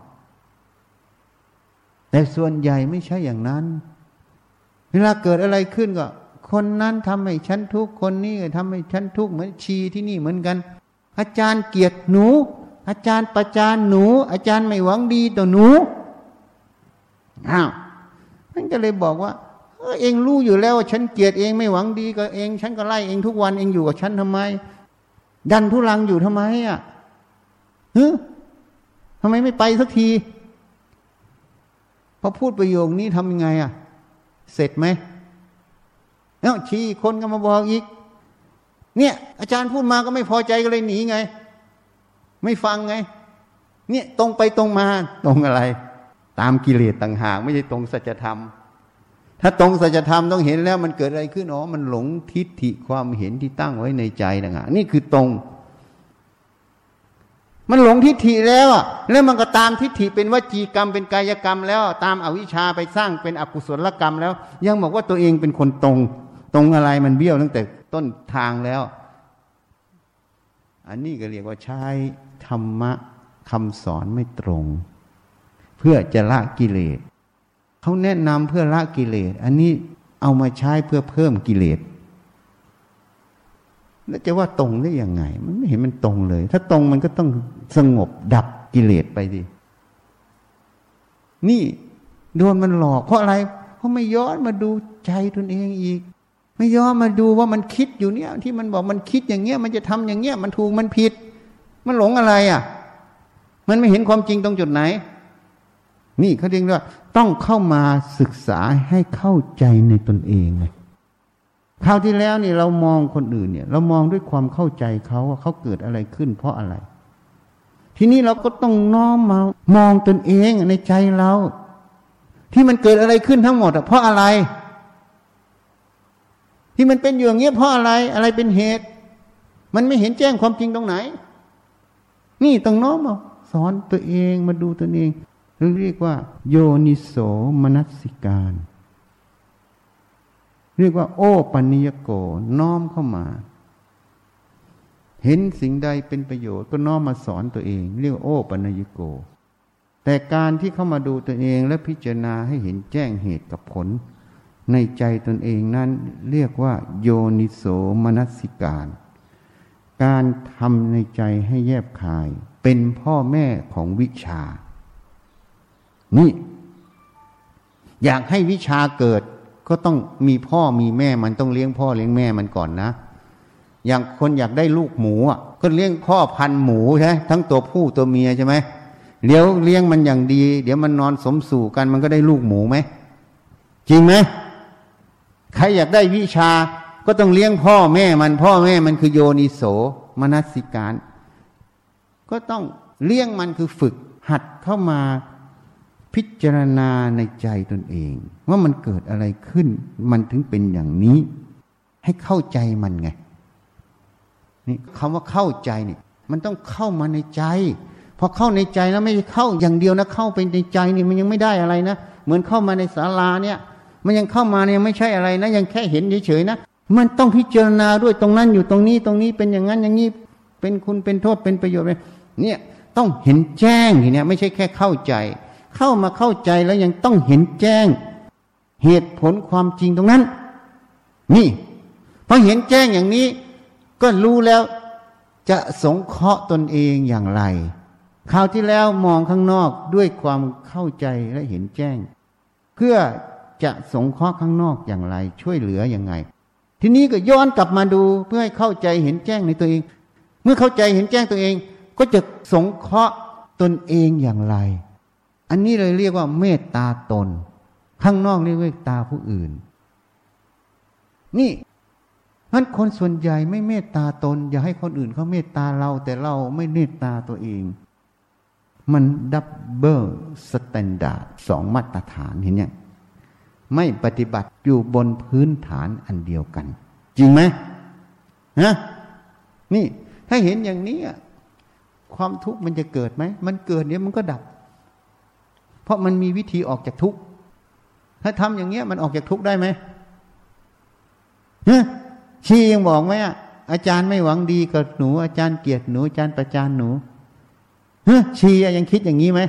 แต่ส่วนใหญ่ไม่ใช่อย่างนั้นเวลาเกิดอะไรขึ้นก็คนนั้นทำให้ฉันทุกข์คนนี้ก็ทำให้ฉันทุกข์เหมือนชีที่นี่เหมือนกันอาจารย์เกลียดหนูอาจารย์ประจานหนูอาจารย์ไม่หวังดีต่อหนูอ้าวนั่นก็เลยบอกว่าเออเองรู้อยู่แล้วว่าฉันเกลียดเองไม่หวังดีกับเองฉันก็ไล่เองทุกวันเองอยู่กับฉันทำไมดันทุรังอยู่ทำไมอ่ะฮึทำไมไม่ไปสักทีพอพูดประโยคนี้ทำยังไงอ่ะเสร็จไหมเอ้าชี้คนก็มาบอกอีกเนี่ยอาจารย์พูดมาก็ไม่พอใจก็เลยหนีไงไม่ฟังไงเนี่ยตรงไปตรงมาตรงอะไรตามกิเลสต่างหากไม่ใช่ตรงสัจธรรมถ้าตรงสัจธรรมต้องเห็นแล้วมันเกิดอะไรขึ้นอ๋อมันหลงทิฏฐิความเห็นที่ตั้งไว้ในใจต่างหากนี่คือตรงมันหลงทิฏฐิแล้วอ่ะแล้วมันก็ตามทิฏฐิเป็นวจีกรรมเป็นกายกรรมแล้วตามอวิชชาไปสร้างเป็นอกุศลกรรมแล้วยังบอกว่าตัวเองเป็นคนตรงตรงอะไรมันเบี้ยวตั้งแต่ต้นทางแล้วอันนี้ก็เรียกว่าใช้ธรรมะคำสอนไม่ตรงเพื่อจะละกิเลสเขาแนะนำเพื่อละกิเลสอันนี้เอามาใช้เพื่อเพิ่มกิเลสแล้วจะว่าตรงได้ยังไงมันไม่เห็นมันตรงเลยถ้าตรงมันก็ต้องสงบดับกิเลสไปดินี่โดนมันหลอกเพราะอะไรเพราะไม่ย้อนมาดูใจตนเองอีกไม่ย้อนมาดูว่ามันคิดอยู่เนี่ยที่มันบอกมันคิดอย่างเงี้ยมันจะทำอย่างเงี้ยมันถูกมันผิดมันหลงอะไรอ่ะมันไม่เห็นความจริงตรงจุดไหนนี่เขาเรียกว่าต้องเข้ามาศึกษาให้เข้าใจในตนเองไงคราวที่แล้วนี่เรามองคนอื่นเนี่ยเรามองด้วยความเข้าใจเขาว่าเขาเกิดอะไรขึ้นเพราะอะไรทีนี้เราก็ต้องน้อมมามองตนเองในใจเราที่มันเกิดอะไรขึ้นทั้งหมดเพราะอะไรที่มันเป็นอยู่อย่างเงี้ยเพราะอะไรอะไรเป็นเหตุมันไม่เห็นแจ้งความจริงตรงไหนนี่ต้องน้อมมาสอนตัวเองมาดูตัวเองเรียกว่าโยนิโสมนสิการเรียกว่าโอปัญญโกน้อมเข้ามาเห็นสิ่งใดเป็นประโยชน์ก็น้อมมาสอนตัวเองเรียกว่าโอปัญญโกแต่การที่เข้ามาดูตัวเองและพิจารณาให้เห็นแจ้งเหตุกับผลในใจตนเองนั้นเรียกว่าโยนิโสมนสิการการทำในใจให้แยบคายเป็นพ่อแม่ของวิชานี่อยากให้วิชาเกิดก็ต้องมีพ่อมีแม่มันต้องเลี้ยงพ่อเลี้ยงแม่มันก่อนนะอย่างคนอยากได้ลูกหมูอ่ะก็เลี้ยงพ่อพันธุ์หมูใช่ทั้งตัวผู้ตัวเมียใช่ไหมเดี๋ยวเลี้ยงมันอย่างดีเดี๋ยวมันนอนสมสู่กันมันก็ได้ลูกหมูไหมจริงไหมใครอยากได้วิชาก็ต้องเลี้ยงพ่อแม่มันพ่อแม่มันคือโยนิโสมนสิการก็ต้องเลี้ยงมันคือฝึกหัดเข้ามาพิจารณาในใจตนเองว่ามันเกิดอะไรขึ้นมันถึงเป็นอย่างนี้ให้เข้าใจมันไงนี่คำว่าเข้าใจนี่มันต้องเข้ามาในใจพอเข้าในใจแล้วไม่ใช่เข้าอย่างเดียวนะเข้าไปในใจนี่มันยังไม่ได้อะไรนะเหมือนเข้ามาในศาลาเนี่ยมันยังเข้ามาเนี่ยไม่ใช่อะไรนะยังแค่เห็นเฉยๆนะมันต้องพิจารณาด้วยตรงนั้นอยู่ตรงนี้ตรงนี้เป็นอย่างนั้นอย่างนี้เป็นคุณเป็นโทษเป็นประโยชน์เนี่ยต้องเห็นแจ้งทีเนี้ยไม่ใช่แค่เข้าใจเข้ามาเข้าใจแล้วยังต้องเห็นแจ้งเหตุผลความจริงตรงนั้นนี่พอเห็นแจ้งอย่างนี้ก็รู้แล้วจะสงเคราะห์ตนเองอย่างไรคราวที่แล้วมองข้างนอกด้วยความเข้าใจและเห็นแจ้งเพื่อจะสงเคราะห์ข้างนอกอย่างไรช่วยเหลือยังไงทีนี้ก็ย้อนกลับมาดูเพื่อให้เข้าใจเห็นแจ้งในตัวเองเมื่อเข้าใจเห็นแจ้งตัวเองก็จะสงเคราะห์ตนเองอย่างไรอันนี้เลยเรียกว่าเมตตาตนข้างนอกเรียกเมตตาผู้อื่นนี่งั้นคนส่วนใหญ่ไม่เมตตาตนอย่าให้คนอื่นเขาเมตตาเราแต่เราไม่เมตตาตัวเองมันดับเบิลสแตนดาร์ดสองมาตรฐานเห็นยังไม่ปฏิบัติอยู่บนพื้นฐานอันเดียวกันจริงไหมฮะนี่ถ้าเห็นอย่างนี้ความทุกข์มันจะเกิดไหมมันเกิดเดี๋ยวมันก็ดับเพราะมันมีวิธีออกจากทุกข์ถ้าทำอย่างเงี้ยมันออกจากทุกข์ได้ไหมฮะชียังบอกไหมอ่ะอาจารย์ไม่หวังดีกับหนูอาจารย์เกลียดหนูอาจารย์ประจานหนูฮะชียังคิดอย่างนี้ไหม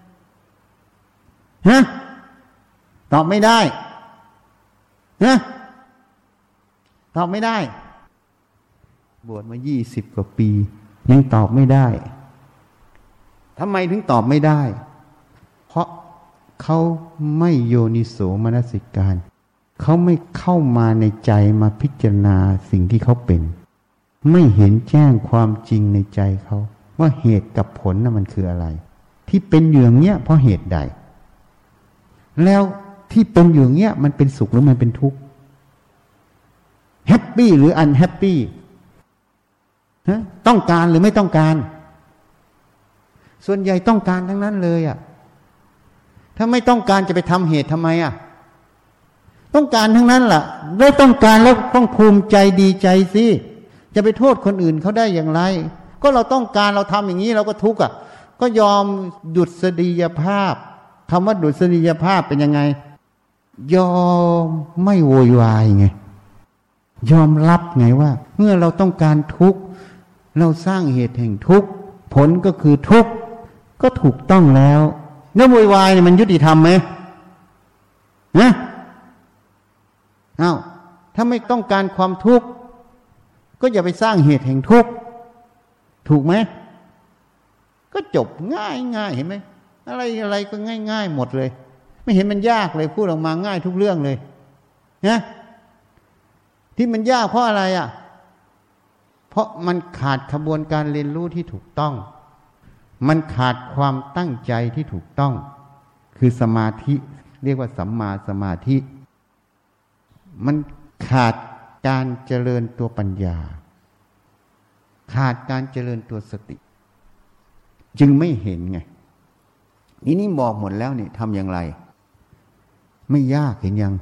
ฮะตอบไม่ได้ฮะตอบไม่ได้บวชมายี่สิบกว่าปียังตอบไม่ได้ทำไมถึงตอบไม่ได้เพราะเขาไม่โยนิโสมนสิการเขาไม่เข้ามาในใจมาพิจารณาสิ่งที่เขาเป็นไม่เห็นแจ้งความจริงในใจเขาว่าเหตุกับผลน่ะมันคืออะไรที่เป็นอย่างเนี้ยเพราะเหตุใดแล้วที่เป็นอย่างเนี้ยมันเป็นสุขหรือมันเป็นทุกข์แฮปปี้หรืออันแฮปปี้ฮะต้องการหรือไม่ต้องการส่วนใหญ่ต้องการทั้งนั้นเลยอ่ะถ้าไม่ต้องการจะไปทำเหตุทำไมอ่ะต้องการทั้งนั้นล่ะได้ต้องการแล้วต้องภูมิใจดีใจสิจะไปโทษคนอื่นเขาได้อย่างไรก็เราต้องการเราทำอย่างนี้เราก็ทุกข์อ่ะก็ยอมดุษฎียภาพคำว่าดุษฎียภาพเป็นยังไงยอมไม่โวยวายไงยอมรับไงว่าเมื่อเราต้องการทุกข์เราสร้างเหตุแห่งทุกข์ผลก็คือทุกข์ก็ถูกต้องแล้วแล้วโวยวายเนี่ยมันยุติธรรมไหมนะอ้าวถ้าไม่ต้องการความทุกข์ก็อย่าไปสร้างเหตุแห่งทุกข์ถูกไหมก็จบง่ายง่ายเห็นไหมอะไรอะไรก็ง่ายง่ายหมดเลยไม่เห็นมันยากเลยพูดออกมาง่ายทุกเรื่องเลยนะที่มันยากเพราะอะไรอ่ะเพราะมันขาดขบวนการเรียนรู้ที่ถูกต้องมันขาดความตั้งใจที่ถูกต้องคือสมาธิเรียกว่าสัมมาสมาธิมันขาดการเจริญตัวปัญญาขาดการเจริญตัวสติจึงไม่เห็นไงนี่นี่บอกหมดแล้วนี่ทำอย่างไรไม่ยากเห็นยัง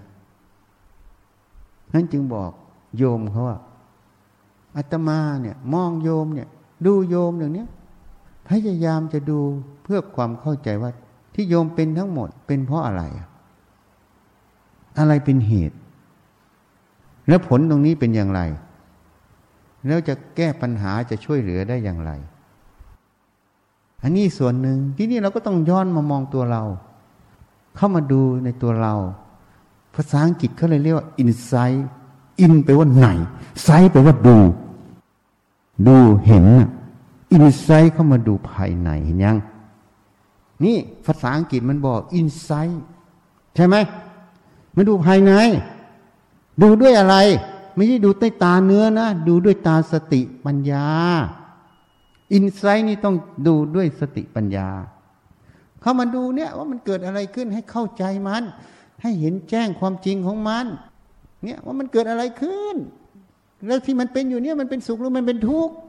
นั้นจึงบอกโยมเขาว่าอาตมาเนี่ยมองโยมเนี่ยดูโยมอย่างเนี้ยพยายามจะดูเพื่อความเข้าใจว่าที่โยมเป็นทั้งหมดเป็นเพราะอะไรอะไรเป็นเหตุแล้วผลตรงนี้เป็นอย่างไรแล้วจะแก้ปัญหาจะช่วยเหลือได้อย่างไรอันนี้ส่วนหนึ่งที่นี่เราก็ต้องย้อนมามองตัวเราเข้ามาดูในตัวเราภาษาอังกฤษเขาเลยเรียกว่า insight in แปลว่าไหน sight แปลว่าดูดูเห็น insight เข้ามาดูภายในเห็นยังนี่ภาษาอังกฤษมันบอก insight ใช่ไหมมันดูภายในดูด้วยอะไรไม่ใช่ดูใต้ตาเนื้อนะดูด้วยตาสติปัญญา insight นี่ต้องดูด้วยสติปัญญาเข้ามาดูเนี่ยว่ามันเกิดอะไรขึ้นให้เข้าใจมันให้เห็นแจ้งความจริงของมันเนี่ยว่ามันเกิดอะไรขึ้นแล้วที่มันเป็นอยู่เนี่ยมันเป็นสุขหรือมันเป็นทุกข์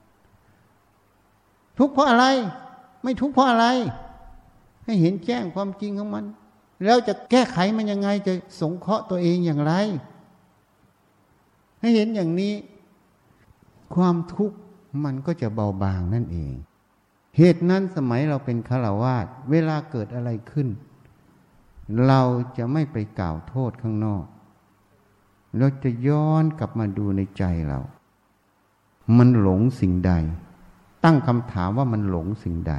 ทุกข์เพราะอะไรไม่ทุกข์เพราะอะไรให้เห็นแจ้งความจริงของมันแล้วจะแก้ไขมันยังไงจะสงเคราะห์ตัวเองอย่างไรให้เห็นอย่างนี้ความทุกข์มันก็จะเบาบางนั่นเองเหตุนั้นสมัยเราเป็นฆราวาสเวลาเกิดอะไรขึ้นเราจะไม่ไปกล่าวโทษข้างนอกเราจะย้อนกลับมาดูในใจเรามันหลงสิ่งใดตั้งคำถามว่ามันหลงสิ่งใด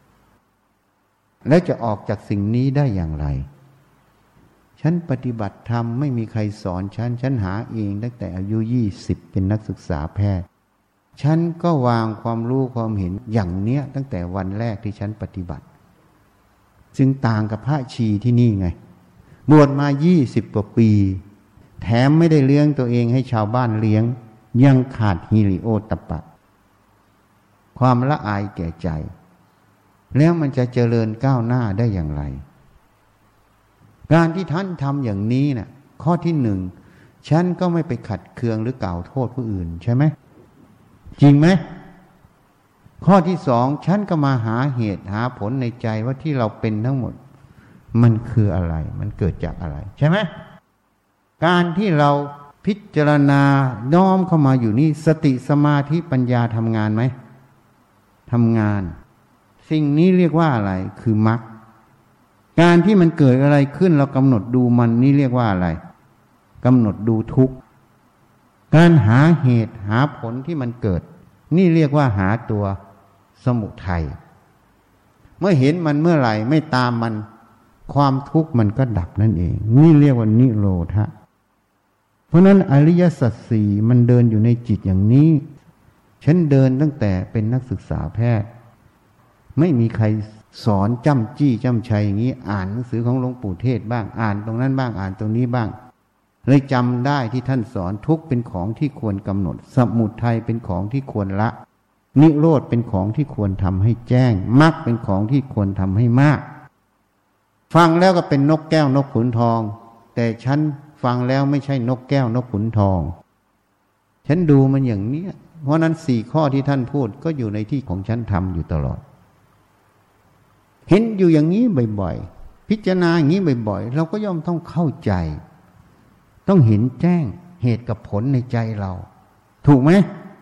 แล้วจะออกจากสิ่งนี้ได้อย่างไรฉันปฏิบัติธรรมไม่มีใครสอนฉันฉันหาเองตั้งแต่อายุยี่สิบเป็นนักศึกษาแพทย์ฉันก็วางความรู้ความเห็นอย่างเนี้ยตั้งแต่วันแรกที่ฉันปฏิบัติจึงต่างกับพระชีที่นี่ไงบวชมายี่สิบกว่าปีแถมไม่ได้เลี้ยงตัวเองให้ชาวบ้านเลี้ยงยังขาดฮิริโอตปะความละอายแก่ใจแล้วมันจะเจริญก้าวหน้าได้อย่างไรการที่ท่านทำอย่างนี้นะ่ะข้อที่หนึ่งฉันก็ไม่ไปขัดเคืองหรือกล่าวโทษผู้อื่นใช่ไหมจริงไหมข้อที่สองฉันก็มาหาเหตุหาผลในใจว่าที่เราเป็นทั้งหมดมันคืออะไรมันเกิดจากอะไรใช่ไหมการที่เราพิจารณาน้อมเข้ามาอยู่นี่สติสมาธิปัญญาทำงานไหมทำงานสิ่งนี้เรียกว่าอะไรคือมรรคการที่มันเกิดอะไรขึ้นเรากำหนดดูมันนี่เรียกว่าอะไรกำหนดดูทุกข์การหาเหตุหาผลที่มันเกิดนี่เรียกว่าหาตัวสมุทัยเมื่อเห็นมันเมื่อไหร่ไม่ตามมันความทุกข์มันก็ดับนั่นเองนี่เรียกว่านิโรธะเพราะนั้นอริยสัจสี่มันเดินอยู่ในจิตอย่างนี้ฉันเดินตั้งแต่เป็นนักศึกษาแพทย์ไม่มีใครสอนจ้ำจี้จ้ำชัยอย่างนี้อ่านหนังสือของหลวงปู่เทศบ้างอ่านตรงนั้นบ้างอ่านตรงนี้บ้างเลยจำได้ที่ท่านสอนทุกข์เป็นของที่ควรกำหนดสมุทัยเป็นของที่ควรละนิโรธเป็นของที่ควรทำให้แจ้งมรรคเป็นของที่ควรทำให้มากฟังแล้วก็เป็นนกแก้วนกขุนทองแต่ฉันฟังแล้วไม่ใช่นกแก้วนกขุนทองฉันดูมันอย่างนี้เพราะนั้นสี่ข้อที่ท่านพูดก็อยู่ในที่ของฉันทำอยู่ตลอดเห็นอยู่อย่างนี้บ่อยๆพิจารณาอย่างนี้บ่อยๆเราก็ย่อมต้องเข้าใจต้องเห็นแจ้งเหตุกับผลในใจเราถูกไหม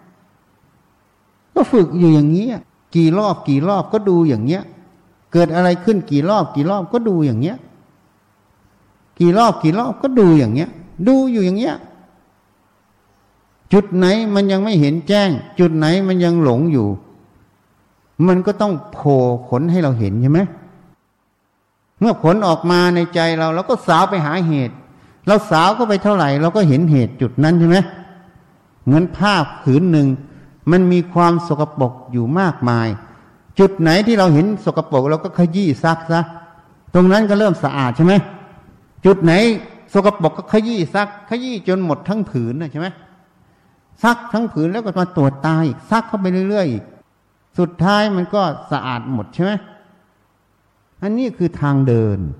ก็ฝึกอยู่อย่างนี้กี่รอบกี่รอบก็ดูอย่างเนี้ยเกิดอะไรขึ้นกี่รอบกี่รอบก็ดูอย่างเนี้ยกี่รอบกี่รอบก็ดูอย่างเนี้ยดูอยู่อย่างเนี้ยจุดไหนมันยังไม่เห็นแจ้งจุดไหนมันยังหลงอยู่มันก็ต้องโผล่ผลให้เราเห็นใช่ไหมเมื่อผลออกมาในใจเราเราก็สาวไปหาเหตุเราสาวก็ไปเท่าไหร่เราก็เห็นเหตุจุดนั้นใช่ไหมเหมือนผ้าผืนหนึ่งมันมีความสกปรกอยู่มากมายจุดไหนที่เราเห็นสกปรกเราก็ขยี้ซักซะตรงนั้นก็เริ่มสะอาดใช่ไหมจุดไหนสกปรกก็ขยี้ซักขยี้จนหมดทั้งผืนนะใช่ไหมซักทั้งผืนแล้วก็มาตรวจตาอีกซักเข้าไปเรื่อยๆอีกสุดท้ายมันก็สะอาดหมดใช่ไหมอันนี้คือทางเดิน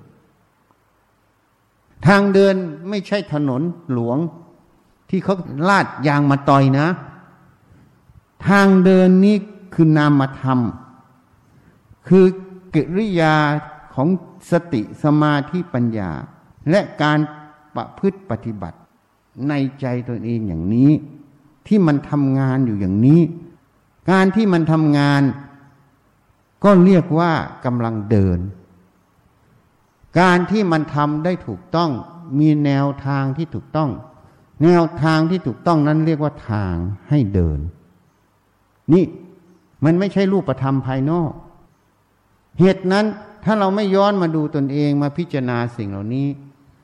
ทางเดินไม่ใช่ถนนหลวงที่เขาลาดยางมาตอยนะทางเดินนี้คือนามธรรมคือกิริยาของสติสมาธิปัญญาและการประพฤติปฏิบัติในใจตัวเองอย่างนี้ที่มันทำงานอยู่อย่างนี้การที่มันทำงานก็เรียกว่ากำลังเดินการที่มันทำได้ถูกต้องมีแนวทางที่ถูกต้องแนวทางที่ถูกต้องนั้นเรียกว่าทางให้เดินนี่มันไม่ใช่รูปธรรมภายนอกเหตุนั้นถ้าเราไม่ย้อนมาดูตนเองมาพิจารณาสิ่งเหล่านี้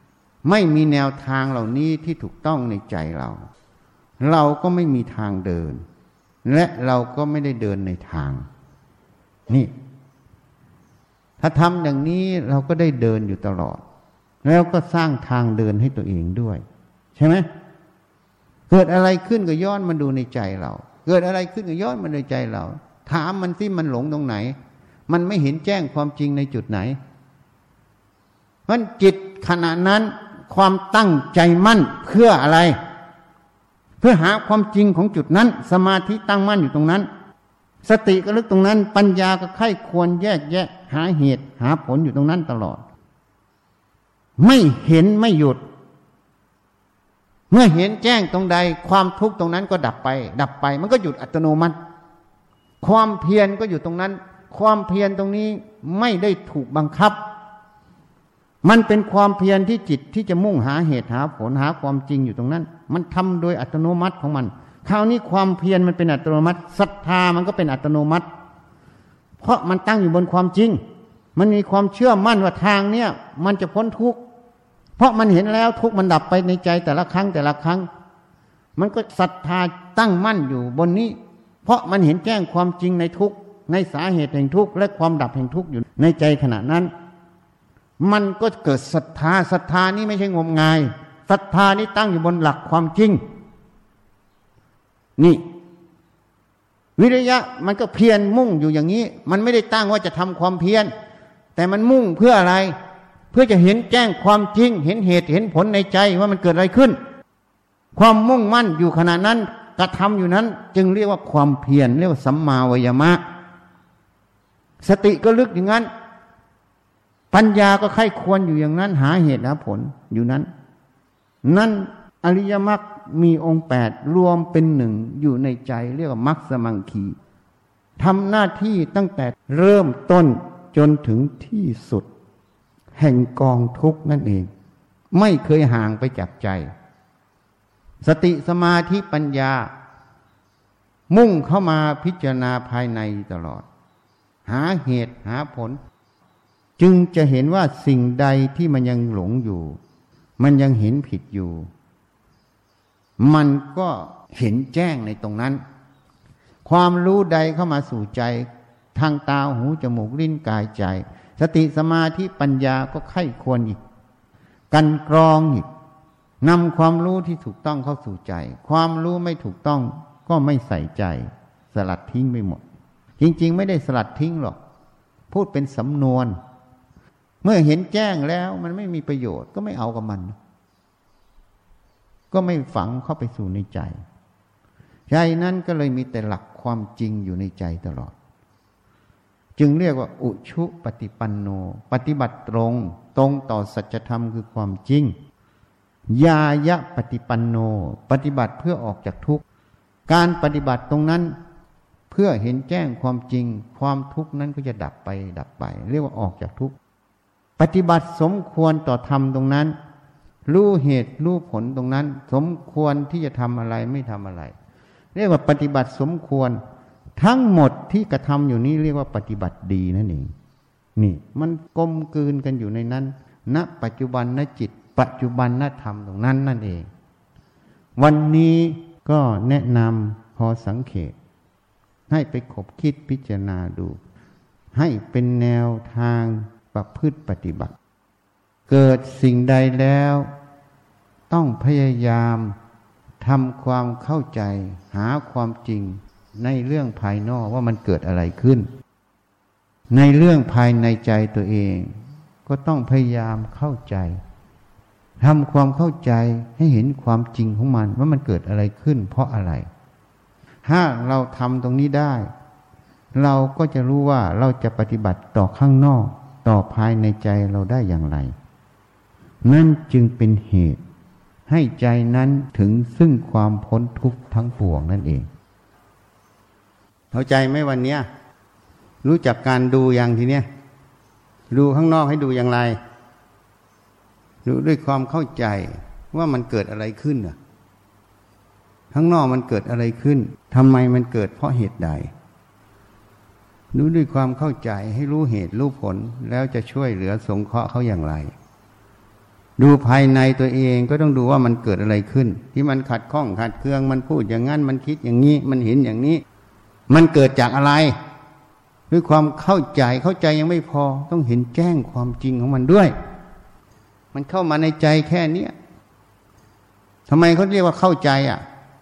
ไม่มีแนวทางเหล่านี้ที่ถูกต้องในใจเราเราก็ไม่มีทางเดินและเราก็ไม่ได้เดินในทางนี่ถ้าทำอย่างนี้เราก็ได้เดินอยู่ตลอดแล้วก็สร้างทางเดินให้ตัวเองด้วยใช่ไหมเกิดอะไรขึ้นก็ย้อนมาดูในใจเราเกิดอะไรขึ้นก็ย้อนมาในใจเราถามมันสิมันหลงตรงไหนมันไม่เห็นแจ้งความจริงในจุดไหนเพราะจิตขณะนั้นความตั้งใจมั่นเพื่ออะไรเพื่อหาความจริงของจุดนั้นสมาธิตั้งมั่นอยู่ตรงนั้นสติก็ลึกตรงนั้นปัญญาก็ไข้ควรแยกแยะหาเหตุหาผลอยู่ตรงนั้นตลอดไม่เห็นไม่หยุดเมื่อเห็นแจ้งตรงใดความทุกข์ตรงนั้นก็ดับไปดับไปมันก็หยุดอัตโนมัติความเพียรก็อยู่ตรงนั้นความเพียรตรงนี้ไม่ได้ถูกบังคับมันเป็นความเพียรที่จิตที่จะมุ่งหาเหตุหาผลหาความจริงอยู่ตรงนั้นมันทำโดยอัตโนมัติของมันคราวนี้ความเพียรมันเป็นอัตโนมัติศรัทธามันก็เป็นอัตโนมัติเพราะมันตั้งอยู่บนความจริงมันมีความเชื่อมั่นว่าทางเนี้ยมันจะพ้นทุกข์เพราะมันเห็นแล้วทุกข์มันดับไปในใจแต่ละครั้งแต่ละครั้งมันก็ศรัทธาตั้งมั่นอยู่บนนี้เพราะมันเห็นแจ้งความจริงในทุกข์ในสาเหตุแห่งทุกข์และความดับแห่งทุกข์อยู่ในใจขณะนั้นมันก็เกิดศรัทธาศรัทธานี้ไม่ใช่งมงายศรัทธานี้ตั้งอยู่บนหลักความจริงนี่วิริยะมันก็เพียรมุ่งอยู่อย่างนี้มันไม่ได้ตั้งว่าจะทำความเพียรแต่มันมุ่งเพื่ออะไรเพื่อจะเห็นแจ้งความจริงเห็นเหตุเห็นผลในใจว่ามันเกิดอะไรขึ้นความมุ่งมั่นอยู่ขณะนั้นกระทำอยู่นั้นจึงเรียกว่าความเพียรเรียกว่าสัมมาวิยามะสติก็ลึกอย่างนั้นปัญญาก็ไข้ควรอยู่อย่างนั้นหาเหตุหาผลอยู่นั้นนั่นอริยมรรคมีองค์แปดรวมเป็นหนึ่งอยู่ในใจเรียกว่ามรรคสมังคีทำหน้าที่ตั้งแต่เริ่มต้นจนถึงที่สุดแห่งกองทุกข์นั่นเองไม่เคยห่างไปจากใจสติสมาธิปัญญามุ่งเข้ามาพิจารณาภายในตลอดหาเหตุหาผลจึงจะเห็นว่าสิ่งใดที่มันยังหลงอยู่มันยังเห็นผิดอยู่มันก็เห็นแจ้งในตรงนั้นความรู้ใดเข้ามาสู่ใจทางตาหูจมูกลิ้นกายใจสติสมาธิปัญญาก็ไข้ควรอีกกันกรองอีกนำความรู้ที่ถูกต้องเข้าสู่ใจความรู้ไม่ถูกต้องก็ไม่ใส่ใจสลัดทิ้งไปหมดจริงๆไม่ได้สลัดทิ้งหรอกพูดเป็นสำนวนเมื่อเห็นแจ้งแล้วมันไม่มีประโยชน์ก็ไม่เอากับมันก็ไม่ฝังเข้าไปสู่ในใจใจนั้นก็เลยมีแต่หลักความจริงอยู่ในใจตลอดจึงเรียกว่าอุชุปฏิปันโนปฏิบัติตรงตรงต่อสัจธรรมคือความจริงญายะปฏิปันโนปฏิบัติเพื่อออกจากทุกข์การปฏิบัติตรงนั้นเพื่อเห็นแจ้งความจริงความทุกข์นั้นก็จะดับไปดับไปเรียกว่าออกจากทุกข์ปฏิบัติสมควรต่อธรรมตรงนั้นรู้เหตุรู้ผลตรงนั้นสมควรที่จะทำอะไรไม่ทำอะไรเรียกว่าปฏิบัติสมควรทั้งหมดที่กระทำอยู่นี้เรียกว่าปฏิบัติดีนั่นเองนี่มันกลมกลืนกันอยู่ในนั้นณปัจจุบันณจิตปัจจุบันณธรรมตรงนั้นนั่นเองวันนี้ก็แนะนำพอสังเขปให้ไปคบคิดพิจารณาดูให้เป็นแนวทางประพฤติปฏิบัติเกิดสิ่งใดแล้วต้องพยายามทำความเข้าใจหาความจริงในเรื่องภายนอกว่ามันเกิดอะไรขึ้นในเรื่องภายในใจตัวเองก็ต้องพยายามเข้าใจทำความเข้าใจให้เห็นความจริงของมันว่ามันเกิดอะไรขึ้นเพราะอะไรถ้าเราทำตรงนี้ได้เราก็จะรู้ว่าเราจะปฏิบัติต่อข้างนอกต่อภายในใจเราได้อย่างไรนั่นจึงเป็นเหตุให้ใจนั้นถึงซึ่งความพ้นทุกข์ทั้งปวงนั่นเองเข้าใจไหมวันเนี้ยรู้จักการดูอย่างทีเนี้ยดูข้างนอกให้ดูอย่างไรดูด้วยความเข้าใจว่ามันเกิดอะไรขึ้นอ่ะข้างนอกมันเกิดอะไรขึ้นทำไมมันเกิดเพราะเหตุใดดูด้วยความเข้าใจให้รู้เหตุรู้ผลแล้วจะช่วยเหลือสงเคราะห์เขาอย่างไรดูภายในตัวเองก็ต้องดูว่ามันเกิดอะไรขึ้นที่มันขัดข้องขัดเคืองมันพูดอย่างนั้นมันคิดอย่างนี้มันเห็นอย่างนี้มันเกิดจากอะไรด้วยความเข้าใจเข้าใจยังไม่พอต้องเห็นแจ้งความจริงของมันด้วยมันเข้ามาในใจแค่เนี้ยทำไมเขาเรียกว่าเข้าใจอ่ะ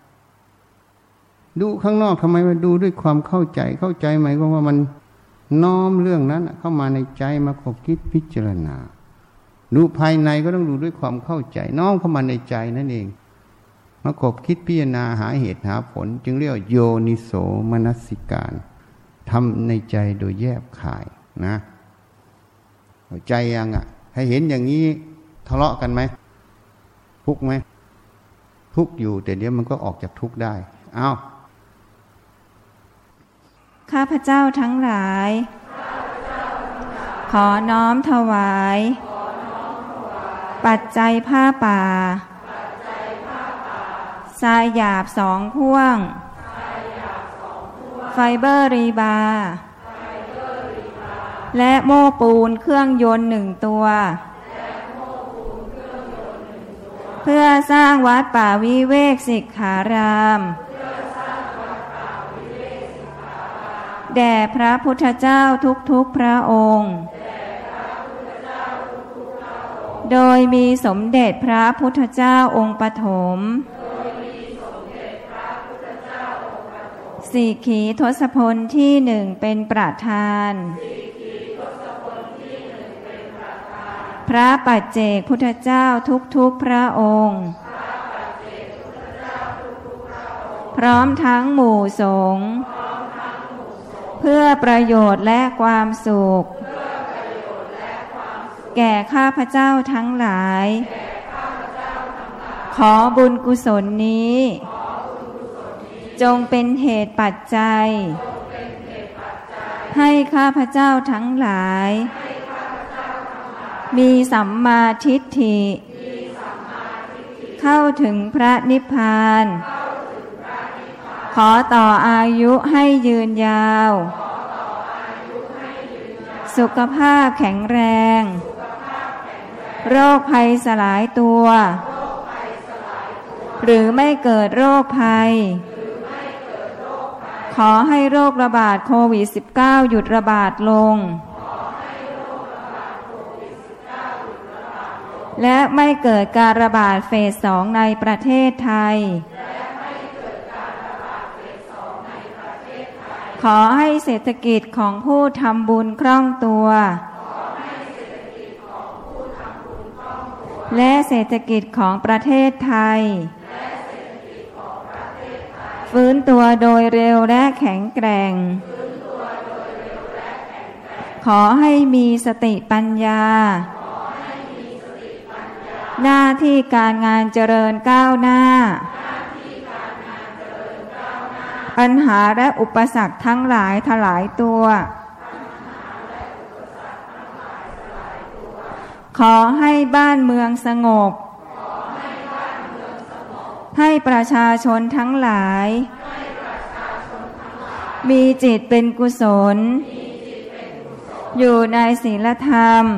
ดูข้างนอกทำไมมาดูด้วยความเข้าใจเข้าใจหมายความว่ามันน้อมเรื่องนั้นเข้ามาในใจมาคบคิดพิจารณาดูภายในก็ต้องดูด้วยความเข้าใจน้อมเข้ามาในใจนั่นเองมาคบคิดพิจารณาหาเหตุหาผลจึงเรียกว่าโยนิโสมนสิการทำในใจโดยแยบคายนะเข้าใจยังอ่ะให้เห็นอย่างนี้ทะเลาะกันไหมทุกข์ไหมทุกข์อยู่แต่เดี๋ยวมันก็ออกจากทุกข์ได้อ้าวข้าพเจ้าทั้งหลายขอน้อมถวายปัจจัยผ้าป่าทรายหยาบสองพ่วงไฟเบอร์รีบาร์และโม้ปูนเครื่องยนต์หนึ่งตัวเพื่อสร้างวัดป่าวิเวกสิกขารามแด่พระพุทธเจ้าทุกๆพระองค์โดยมีสมเด็จพระพุทธเจ้าองค์ปฐมสีขีทศพลที่หนึ่งเป็นประธานพระปัจเจกพุทธเจ้าทุกๆพระองค์พร้อมทั้งหมู่สงฆ์เพื่อประโยชน์และความสุขแก่ข้าพเจ้าทั้งหลายขอบุญกุศลนี้จงเป็นเหตุปัจจัยให้ข้าพเจ้าทั้งหลายมีสัมมาทิฏฐิเข้าถึงพระนิพพานขอต่ออายุให้ยืนยาวสุขภาพแข็งแรงโรคภัยสลายตัวหรือไม่เกิดโรคภัยขอให้โรคระบาดโควิด สิบเก้า หยุดระบาดลงและไม่เกิดการระบาดเฟสสองในประเทศไทยขอให้เศรษฐกิจของผู้ทำบุญคล่องตัวและเศรษฐกิจของประเทศไทยฟื้นตัวโดยเร็วและแข็งแกร่งขอให้มีสติปัญญาหน้าที่การงานเจริญก้าวหน้าปัญหาและอุปสรรคทั้งหลายทลายตัวขอให้บ้านเมืองสงบให้ประชาชนทั้งหลายมีจิตเป็นกุศลอยู่ในศีลธรรม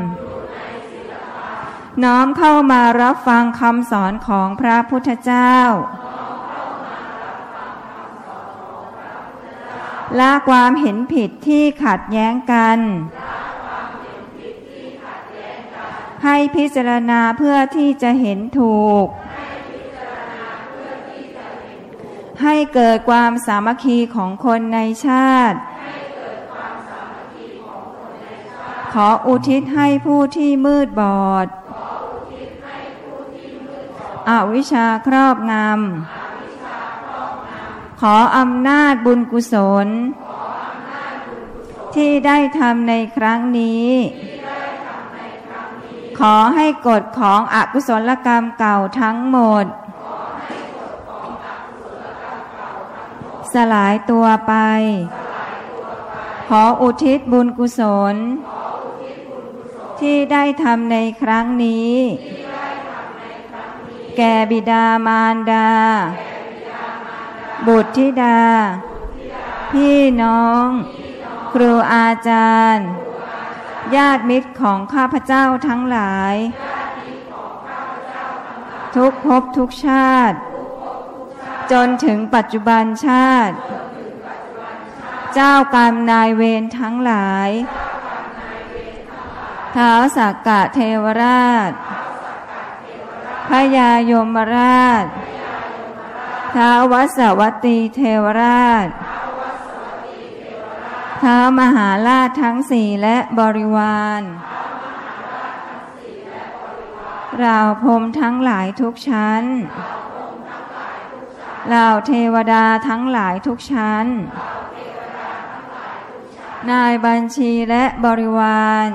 น้อมเข้ามารับฟังคำสอนของพระพุทธเจ้าละความเห็นผิดที่ขัดแย้งกันให้พิจารณาเพื่อที่จะเห็นถูกให้เกิดความสามัคคีของคนในชาติขออุทิศให้ผู้ที่มืดบอดอวิชชาครอบงำขออำนาจบุญกุศลที่ได้ทำในครั้งนี้ขอให้กฎของอกุศลกรรมเก่าทั้งหมดสลายตัวไปขออุทิศบุญกุศลที่ได้ทำในครั้งนี้แก่บิดามารดาบุตรธิดาพี่น้องครูอาจารย์ญาติมิตรของข้าพเจ้าทั้งหลายทุกภพทุกชาติจนถึงปัจจุบันชาติเจ้ากรรมนายเวรทั้งหลายท้าวสักกะเทวราชพญายมราชท้าววัสวัตตีเทวราชท้าวมหาราชทั้งสี่และบริวารเหล่าพรหมทั้งหลายทุกชั้นเหล่าเทวดาทั้งหลายทุกชั้นนายบัญชีและบริวาร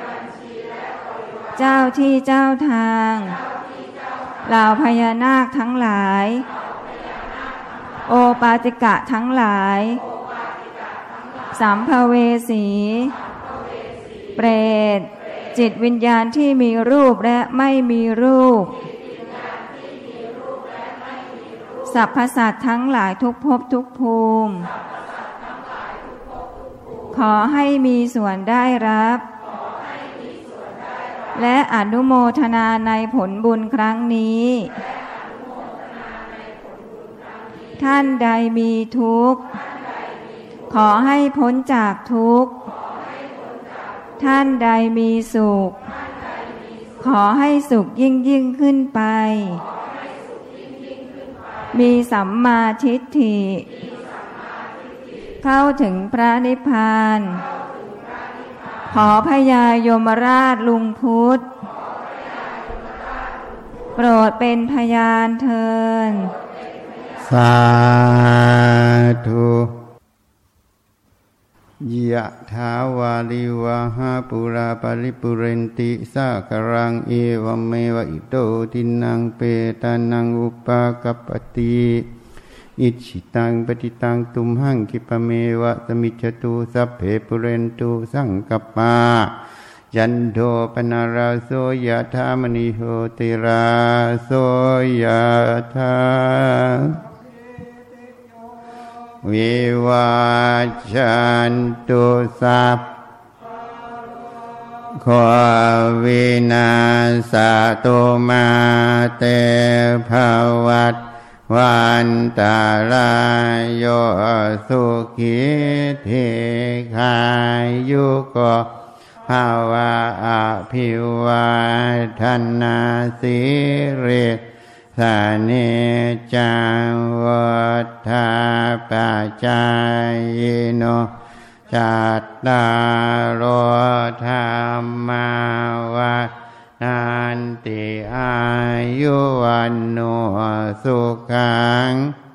เจ้าที่เจ้าทางเหล่าพญานาคทั้งหลายโอปาติกะทั้งหลายสัมภเวสีเปรตจิตวิญญาณที่มีรูปและไม่มีรูปสรรพสัตว์ทั้งหลายทุกภพทุกภูมิขอให้มีส่วนได้รับและอนุโมทนาในผลบุญครั้งนี้ท่านใดมีทุกข์ขอให้พ้นจากทุกข์ท่านใดมีสุขขอให้สุขยิ่งยิ่งขึ้นไปมีสัมมาทิฏฐิเข้าถึงพระนิพพานขอพญายมราชลุงพุทธโปรดเป็นพยานเถิดสาธุยะถาวาลิวะหาปุราปริปุเรนติสาคารังเอวเมวะอิโตทินังเปตานังอุปากัปปติอิชิตังปฏิตังตุมหังคิปะเมวะสมิจจตุสัพเพปุเรนตุสังกัปปะยันโทปนาราโสยะธามณิโหติราโสยะธาวิวัชชันตุสัพขวินาศตุมาเตภวัตวันตารายโยสุขิเทขายยุโกภาวะอภิวาทนาสิริสาเนจังวัฏฐาปัจจายโนจัตตารโอธรรมาวัฏนันติอายุวันโนสุขัง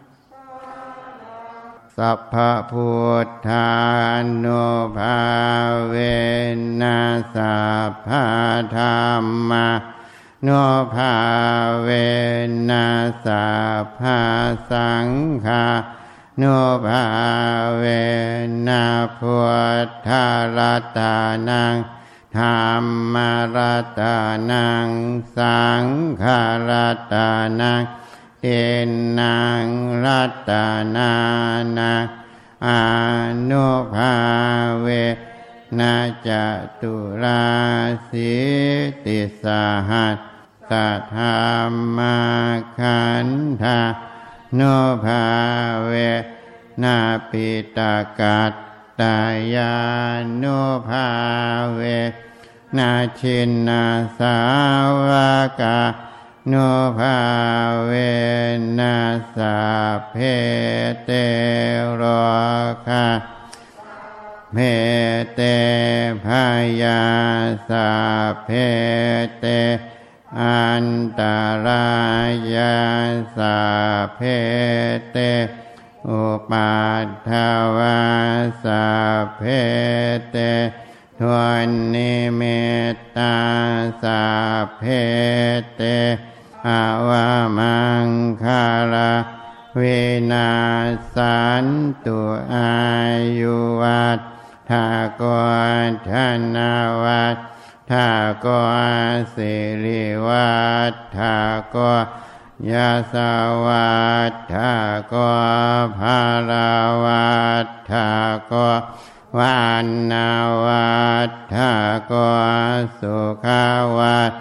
สัพพพุทธานุภาเวนัสสัพพธรรมานุภาเวนัสสัพพสังฆานุภาเวนะพุทธรัตนังธรรมรัตนังสังฆรัตนังเอนังรัตนานังอนุภาเวนะจตุราสิติสหัสสะธรรมขันธานุภาเวนะปิตกัตตายานุภาเวนะชินนาสาวกานุภาเวนัสสะเพเตโรคาเพเตพยาสะเพเตอันตรายาสะเพเตอุปัฏฐวาสะเพเตทวนนิมิตตาสะเพเตอวามังคาราเวนัสสันตุอายุวัฏฐากรธนาวัฏฐากรสิริวัฏฐากรยาสวัฏฐากรภาราวัฏฐากรวันนาวัฏฐากรสุขาวัฏ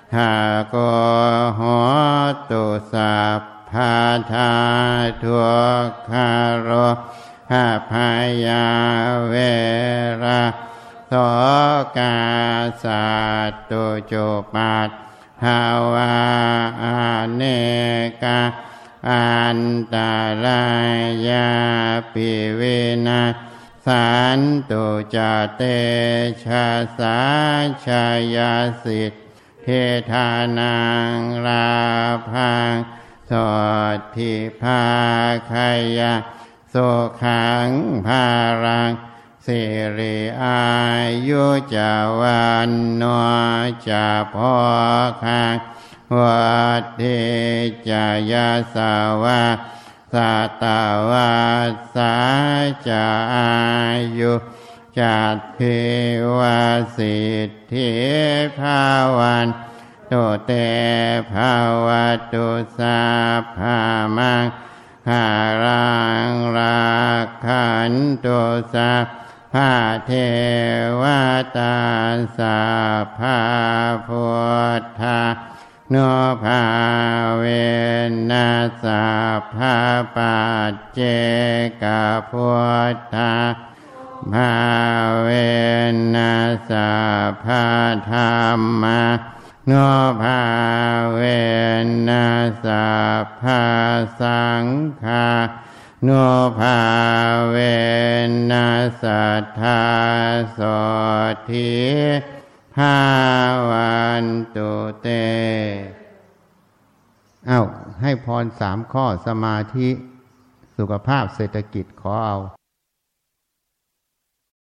หาโกโหตุสัพพาทาทุกขาโรหะพายาเวระโสกาสัตตุจุปัฏภาวะอเนกาอันตรายาปิเวนะสันตุจเตชะสาชายาสิทเทธานังราพังโสทิภาคายะโสขังภารังสิริอายุจาวันโนจะพอคังวัฏเทจายาสาวะสัตวาสาจะอายุจัตเทวสิทธิภาวันโตเตภาวตุสาภามังหารังรักขันตุสาภาเทวตาสาภาพุทธาโนภาเวนัสสะภาปัจเจกพุทธาภาเวนัสสะภาธัมมาโนภาเวนัสสะภาสังฆาโนภาเวนัสสัทธาโสทิภาวันตุเตเอ้าให้พรสามข้อสมาธิสุขภาพเศรษฐกิจขอเอา